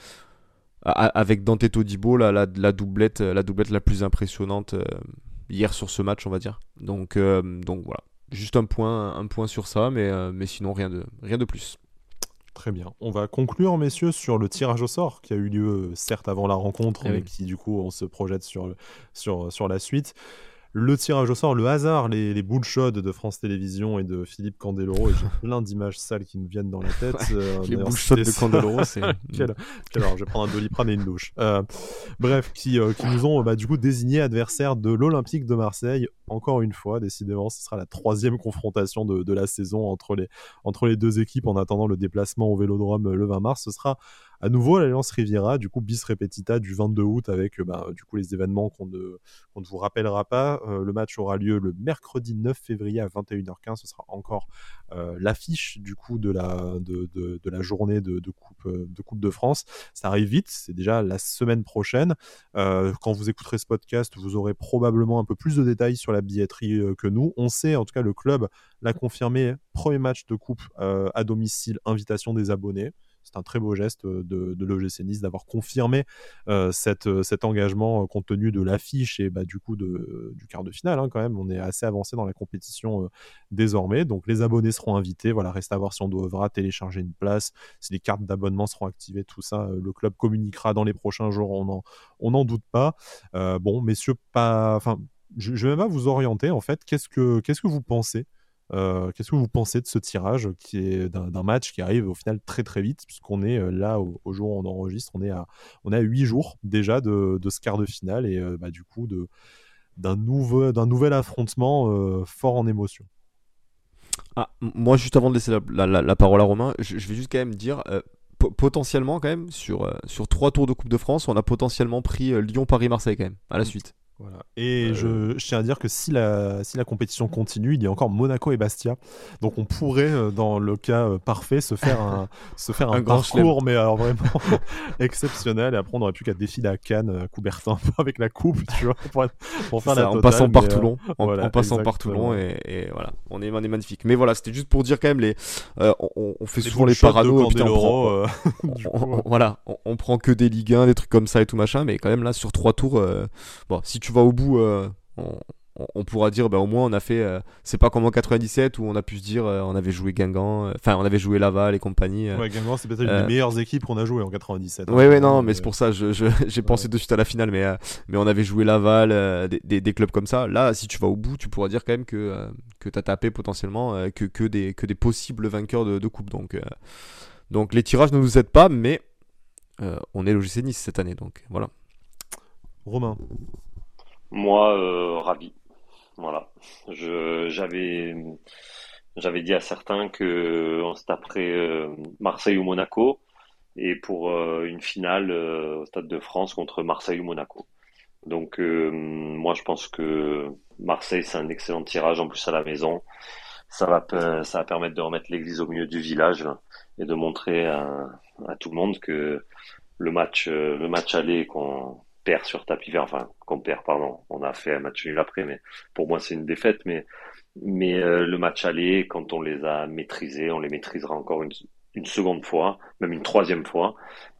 avec Dante Todibo la doublette la plus impressionnante hier sur ce match, on va dire. Donc voilà, juste un point sur ça, mais sinon rien de plus. Très bien. On va conclure, messieurs, sur le tirage au sort qui a eu lieu, certes, avant la rencontre, mais qui, du coup, on se projette sur la suite. Le tirage au sort, le hasard, les boules chaudes de France Télévisions et de Philippe Candeloro, et j'ai plein d'images sales qui nous viennent dans la tête. Les boules chaudes de Candeloro, c'est... Alors, je vais prendre un Doliprane et une douche. Bref, qui nous ont du coup désigné adversaires de l'Olympique de Marseille. Encore une fois, décidément, ce sera la 3e confrontation de la saison entre les deux équipes en attendant le déplacement au Vélodrome le 20 mars. Ce sera à nouveau l'Alliance Riviera, du coup bis repetita du 22 août avec du coup les événements qu'on ne vous rappellera pas. Le match aura lieu le mercredi 9 février à 21h15. Ce sera encore l'affiche du coup de la journée de Coupe de France. Ça arrive vite, c'est déjà la semaine prochaine. Quand vous écouterez ce podcast, vous aurez probablement un peu plus de détails sur la billetterie que nous. On sait, en tout cas le club l'a confirmé, premier match de coupe à domicile, invitation des abonnés. C'est un très beau geste de l'OGC Nice d'avoir confirmé cet engagement compte tenu de l'affiche et du coup du quart de finale quand même. On est assez avancé dans la compétition désormais. Donc les abonnés seront invités. Voilà, reste à voir si on devra télécharger une place, si les cartes d'abonnement seront activées, tout ça. Le club communiquera dans les prochains jours, on n'en doute pas. Bon, messieurs, je ne vais même pas vous orienter en fait. Qu'est-ce que vous pensez qu'est-ce que vous pensez de ce tirage qui est d'un match qui arrive au final très très vite puisqu'on est là au jour où on enregistre, on est à 8 jours déjà de ce quart de finale et du coup d'un nouvel affrontement fort en émotion. Moi, juste avant de laisser la parole à Romain, je vais juste quand même dire potentiellement quand même sur 3 tours de Coupe de France, on a potentiellement pris Lyon, Paris, Marseille quand même à la suite. Voilà. Et je tiens à dire que si la compétition continue, il y a encore Monaco et Bastia. Donc on pourrait, dans le cas parfait, se faire un Un grand parcours, mais alors vraiment exceptionnel. Et après, on n'aurait plus qu'à défiler à Cannes, à Coubertin, avec la coupe, tu vois, pour faire la totale. En passant par Toulon. Voilà, en passant par Toulon, et voilà, on est magnifique. Mais voilà, c'était juste pour dire quand même, on fait souvent les parados. On prend que des Ligue 1, des trucs comme ça et tout machin, mais quand même là, sur 3 tours, bon, si tu vas au bout, on pourra dire au moins on a fait c'est pas comme en 97 où on a pu se dire on avait joué Guingamp, on avait joué Laval et compagnie. Ouais, Guingamp c'est peut-être une des meilleures équipes qu'on a joué en 97. Non, mais c'est pour ça j'ai pensé de suite à la finale, mais on avait joué Laval, des clubs comme ça. Là, si tu vas au bout, tu pourras dire quand même que t'as tapé potentiellement que des possibles vainqueurs de coupe. Donc les tirages ne nous aident pas, mais on est l'OGC Nice cette année, donc voilà. Romain. Moi, ravi. Voilà. J'avais dit à certains que on se taperait Marseille ou Monaco et pour une finale au Stade de France contre Marseille ou Monaco. Donc moi je pense que Marseille c'est un excellent tirage en plus à la maison. Ça va permettre de remettre l'église au milieu du village et de montrer à tout le monde que le match aller qu'on perd sur tapis vert, enfin qu'on perd, pardon, on a fait un match nul après, mais pour moi c'est une défaite, mais le match aller, quand on les a maîtrisés, on les maîtrisera encore une seconde fois, même une troisième fois.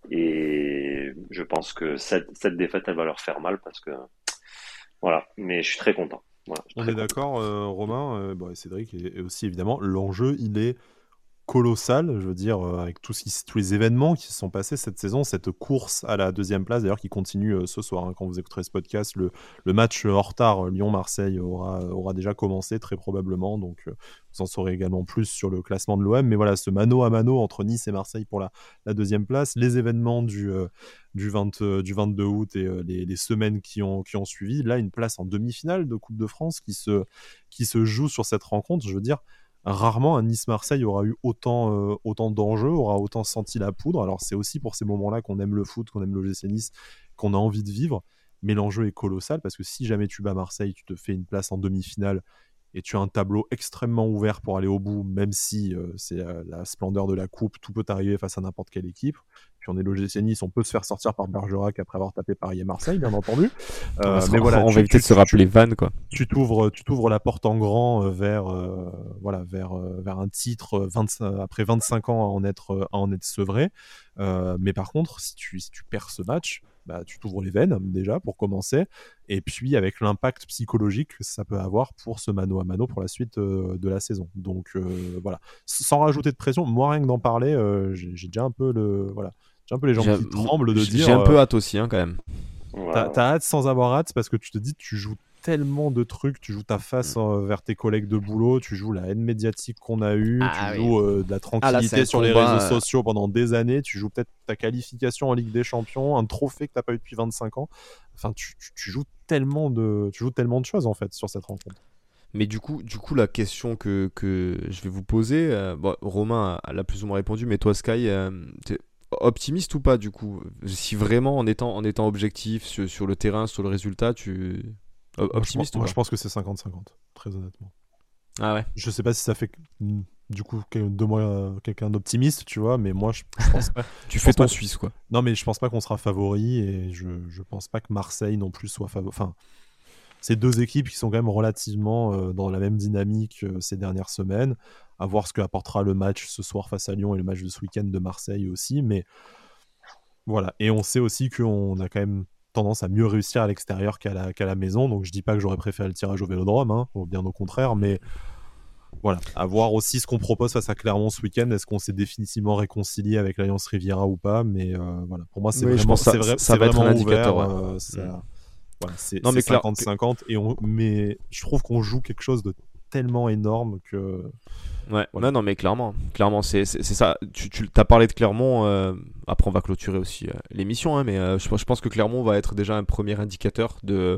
Et je pense que cette défaite, elle va leur faire mal parce que voilà. Mais je suis très content. Voilà, je suis On très est content. d'accord, Romain, et Cédric, et aussi évidemment, l'enjeu, il est colossal, je veux dire, avec tous les événements qui se sont passés cette saison, cette course à la deuxième place, d'ailleurs, qui continue ce soir. Quand vous écouterez ce podcast, le match en retard Lyon-Marseille aura déjà commencé, très probablement. Donc, vous en saurez également plus sur le classement de l'OM. Mais voilà, ce mano à mano entre Nice et Marseille pour la deuxième place, les événements du 22 août et les semaines qui ont suivi, là, une place en demi-finale de Coupe de France qui se joue sur cette rencontre. Je veux dire, rarement un Nice-Marseille aura eu autant d'enjeux, aura autant senti la poudre. Alors c'est aussi pour ces moments-là qu'on aime le foot, qu'on aime le l'OGC Nice, qu'on a envie de vivre. Mais l'enjeu est colossal parce que si jamais tu bats Marseille, tu te fais une place en demi-finale et tu as un tableau extrêmement ouvert pour aller au bout, même si c'est la splendeur de la coupe, tout peut arriver face à n'importe quelle équipe. Puis on est l'OGC Nice, on peut se faire sortir par Bergerac après avoir tapé Paris et Marseille, bien entendu. Mais voilà, on va éviter de se rappeler Van, quoi. Tu t'ouvres la porte en grand vers un titre après 25 ans à en être sevré. Mais par contre, si tu perds ce match, bah, tu t'ouvres les veines déjà pour commencer. Et puis avec l'impact psychologique que ça peut avoir pour ce mano à mano pour la suite de la saison. Donc voilà, sans rajouter de pression, moi rien que d'en parler, j'ai déjà un peu j'ai un peu les jambes qui tremblent de dire. J'ai un peu hâte aussi, hein, quand même. Ouais. T'as hâte sans avoir hâte parce que tu te dis tu joues tellement de trucs, tu joues ta face vers tes collègues de boulot, tu joues la haine médiatique qu'on a eue, tu joues de la tranquillité là, sur les réseaux sociaux pendant des années, tu joues peut-être ta qualification en Ligue des Champions, un trophée que t'as pas eu depuis 25 ans. Enfin, tu joues tellement de choses en fait sur cette rencontre. Mais du coup, la question que je vais vous poser, Romain l'a plus ou moins répondu, mais toi, Sky, t'es optimiste ou pas du coup? Si vraiment en étant objectif sur le terrain, sur le résultat, optimiste ou Moi, pas? je pense que c'est 50-50, très honnêtement. Ah ouais. Je sais pas si ça fait du coup de moi quelqu'un d'optimiste, tu vois, mais moi je pense pas. Tu fais ton Suisse, quoi. Non, mais je pense pas qu'on sera favori et je pense pas que Marseille non plus soit favori. Enfin, c'est deux équipes qui sont quand même relativement dans la même dynamique ces dernières semaines. À voir ce que apportera le match ce soir face à Lyon et le match de ce week-end de Marseille aussi. Mais voilà. Et on sait aussi qu'on a quand même tendance à mieux réussir à l'extérieur qu'à la maison. Donc je dis pas que j'aurais préféré le tirage au Vélodrome, hein, bien au contraire. Mais voilà, à voir aussi ce qu'on propose face à Clermont ce week-end. Est-ce qu'on s'est définitivement réconcilié avec l'Alliance Riviera ou pas? Mais voilà, pour moi, c'est vraiment, ça va être un indicateur. Ouvert, voilà, c'est non, mais 50-50 mais je trouve qu'on joue quelque chose de tellement énorme que ouais, voilà. non, mais clairement, c'est ça. Tu t'as parlé de Clermont. Après, on va clôturer aussi l'émission, hein, mais je pense que Clermont va être déjà un premier indicateur de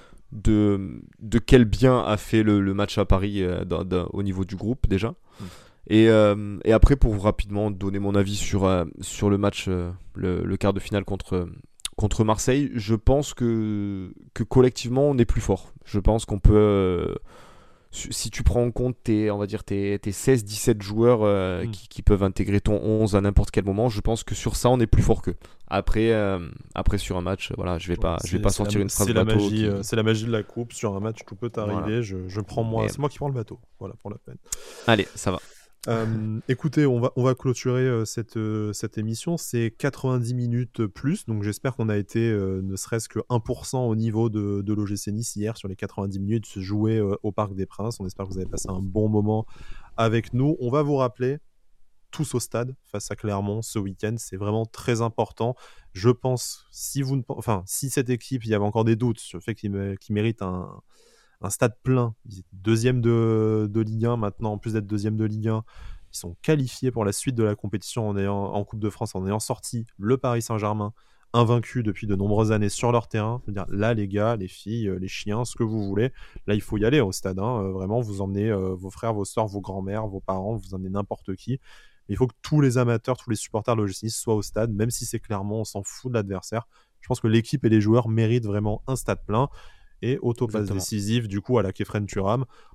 quel bien a fait le match à Paris au niveau du groupe déjà. Et après, pour rapidement donner mon avis sur le match, le quart de finale contre Marseille, je pense que collectivement on est plus fort. Je pense qu'on peut, si tu prends en compte tes 16-17 joueurs qui peuvent intégrer ton 11 à n'importe quel moment, je pense que sur ça on est plus fort qu'eux. Après sur un match, voilà, je vais pas sortir une phrase bateau. C'est la magie de la coupe, sur un match tout peut arriver. Voilà. Je prends moi, c'est moi qui prends le bateau, voilà, pour la peine. Allez, ça va. Écoutez, on va clôturer cette émission. C'est 90 minutes plus, donc j'espère qu'on a été ne serait-ce que 1% au niveau de l'OGC Nice hier sur les 90 minutes jouées au Parc des Princes. On espère que vous avez passé un bon moment avec nous. On va vous rappeler tous au stade face à Clermont ce week-end, c'est vraiment très important. Je pense, si cette équipe, il y avait encore des doutes sur le fait qu'il mérite un stade plein. Ils étaient deuxième de Ligue 1 maintenant, en plus d'être deuxième de Ligue 1. Ils sont qualifiés pour la suite de la compétition en Coupe de France en ayant sorti le Paris Saint-Germain, invaincu depuis de nombreuses années sur leur terrain. Je veux dire, là, les gars, les filles, les chiens, ce que vous voulez, là, il faut y aller au stade. Vraiment, vous emmenez vos frères, vos sœurs, vos grands-mères, vos parents, vous emmenez n'importe qui. Mais il faut que tous les amateurs, tous les supporters de l'OGC Nice soient au stade, même si c'est Clermont, on s'en fout de l'adversaire. Je pense que l'équipe et les joueurs méritent vraiment un stade plein. Et autopasse décisive du coup à la Kefren Turam.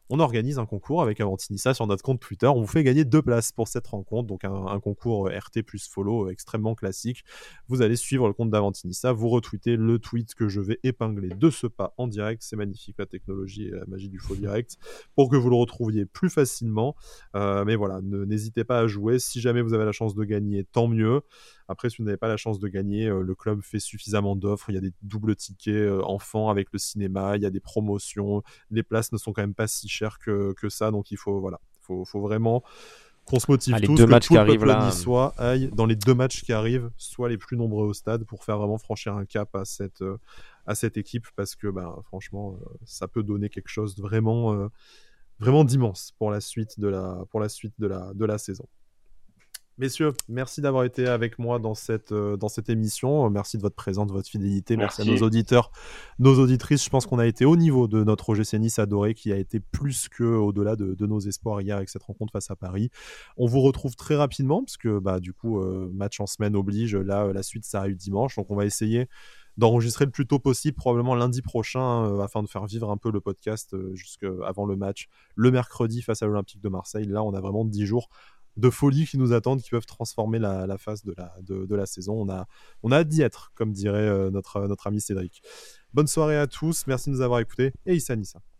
on organise un concours avec Avantinissa sur notre compte Twitter. On vous fait gagner 2 places pour cette rencontre, donc un concours RT plus follow extrêmement classique. Vous allez suivre le compte d'Avantinissa, vous retweetez le tweet que je vais épingler de ce pas en direct. C'est magnifique la technologie et la magie du faux direct pour que vous le retrouviez plus facilement. Mais voilà, n'hésitez pas à jouer. Si jamais vous avez la chance de gagner, tant mieux. Après, si vous n'avez pas la chance de gagner, le club fait suffisamment d'offres. Il y a des doubles tickets enfants avec le cinéma, il y a des promotions. Les places ne sont quand même pas si chères que ça, donc il faut vraiment qu'on se motive tous, que tout le peuple niçois aille dans les 2 matchs qui arrivent, soit les plus nombreux au stade pour faire vraiment franchir un cap à cette équipe, parce que franchement, ça peut donner quelque chose de vraiment d'immense pour la suite de la saison. Messieurs, merci d'avoir été avec moi dans cette émission. Merci de votre présence, de votre fidélité. Merci à nos auditeurs, nos auditrices. Je pense qu'on a été au niveau de notre OGC Nice adoré, qui a été plus qu'au-delà de nos espoirs hier avec cette rencontre face à Paris. On vous retrouve très rapidement, parce que du coup, match en semaine oblige. Là, la suite, ça arrive dimanche. Donc, on va essayer d'enregistrer le plus tôt possible, probablement lundi prochain, afin de faire vivre un peu le podcast jusqu'avant le match, le mercredi face à l'Olympique de Marseille. Là, on a vraiment 10 jours de folie qui nous attendent, qui peuvent transformer la phase de la saison. On a hâte d'y être, comme dirait notre ami Cédric. Bonne soirée à tous, merci de nous avoir écoutés, et Issa Nissa.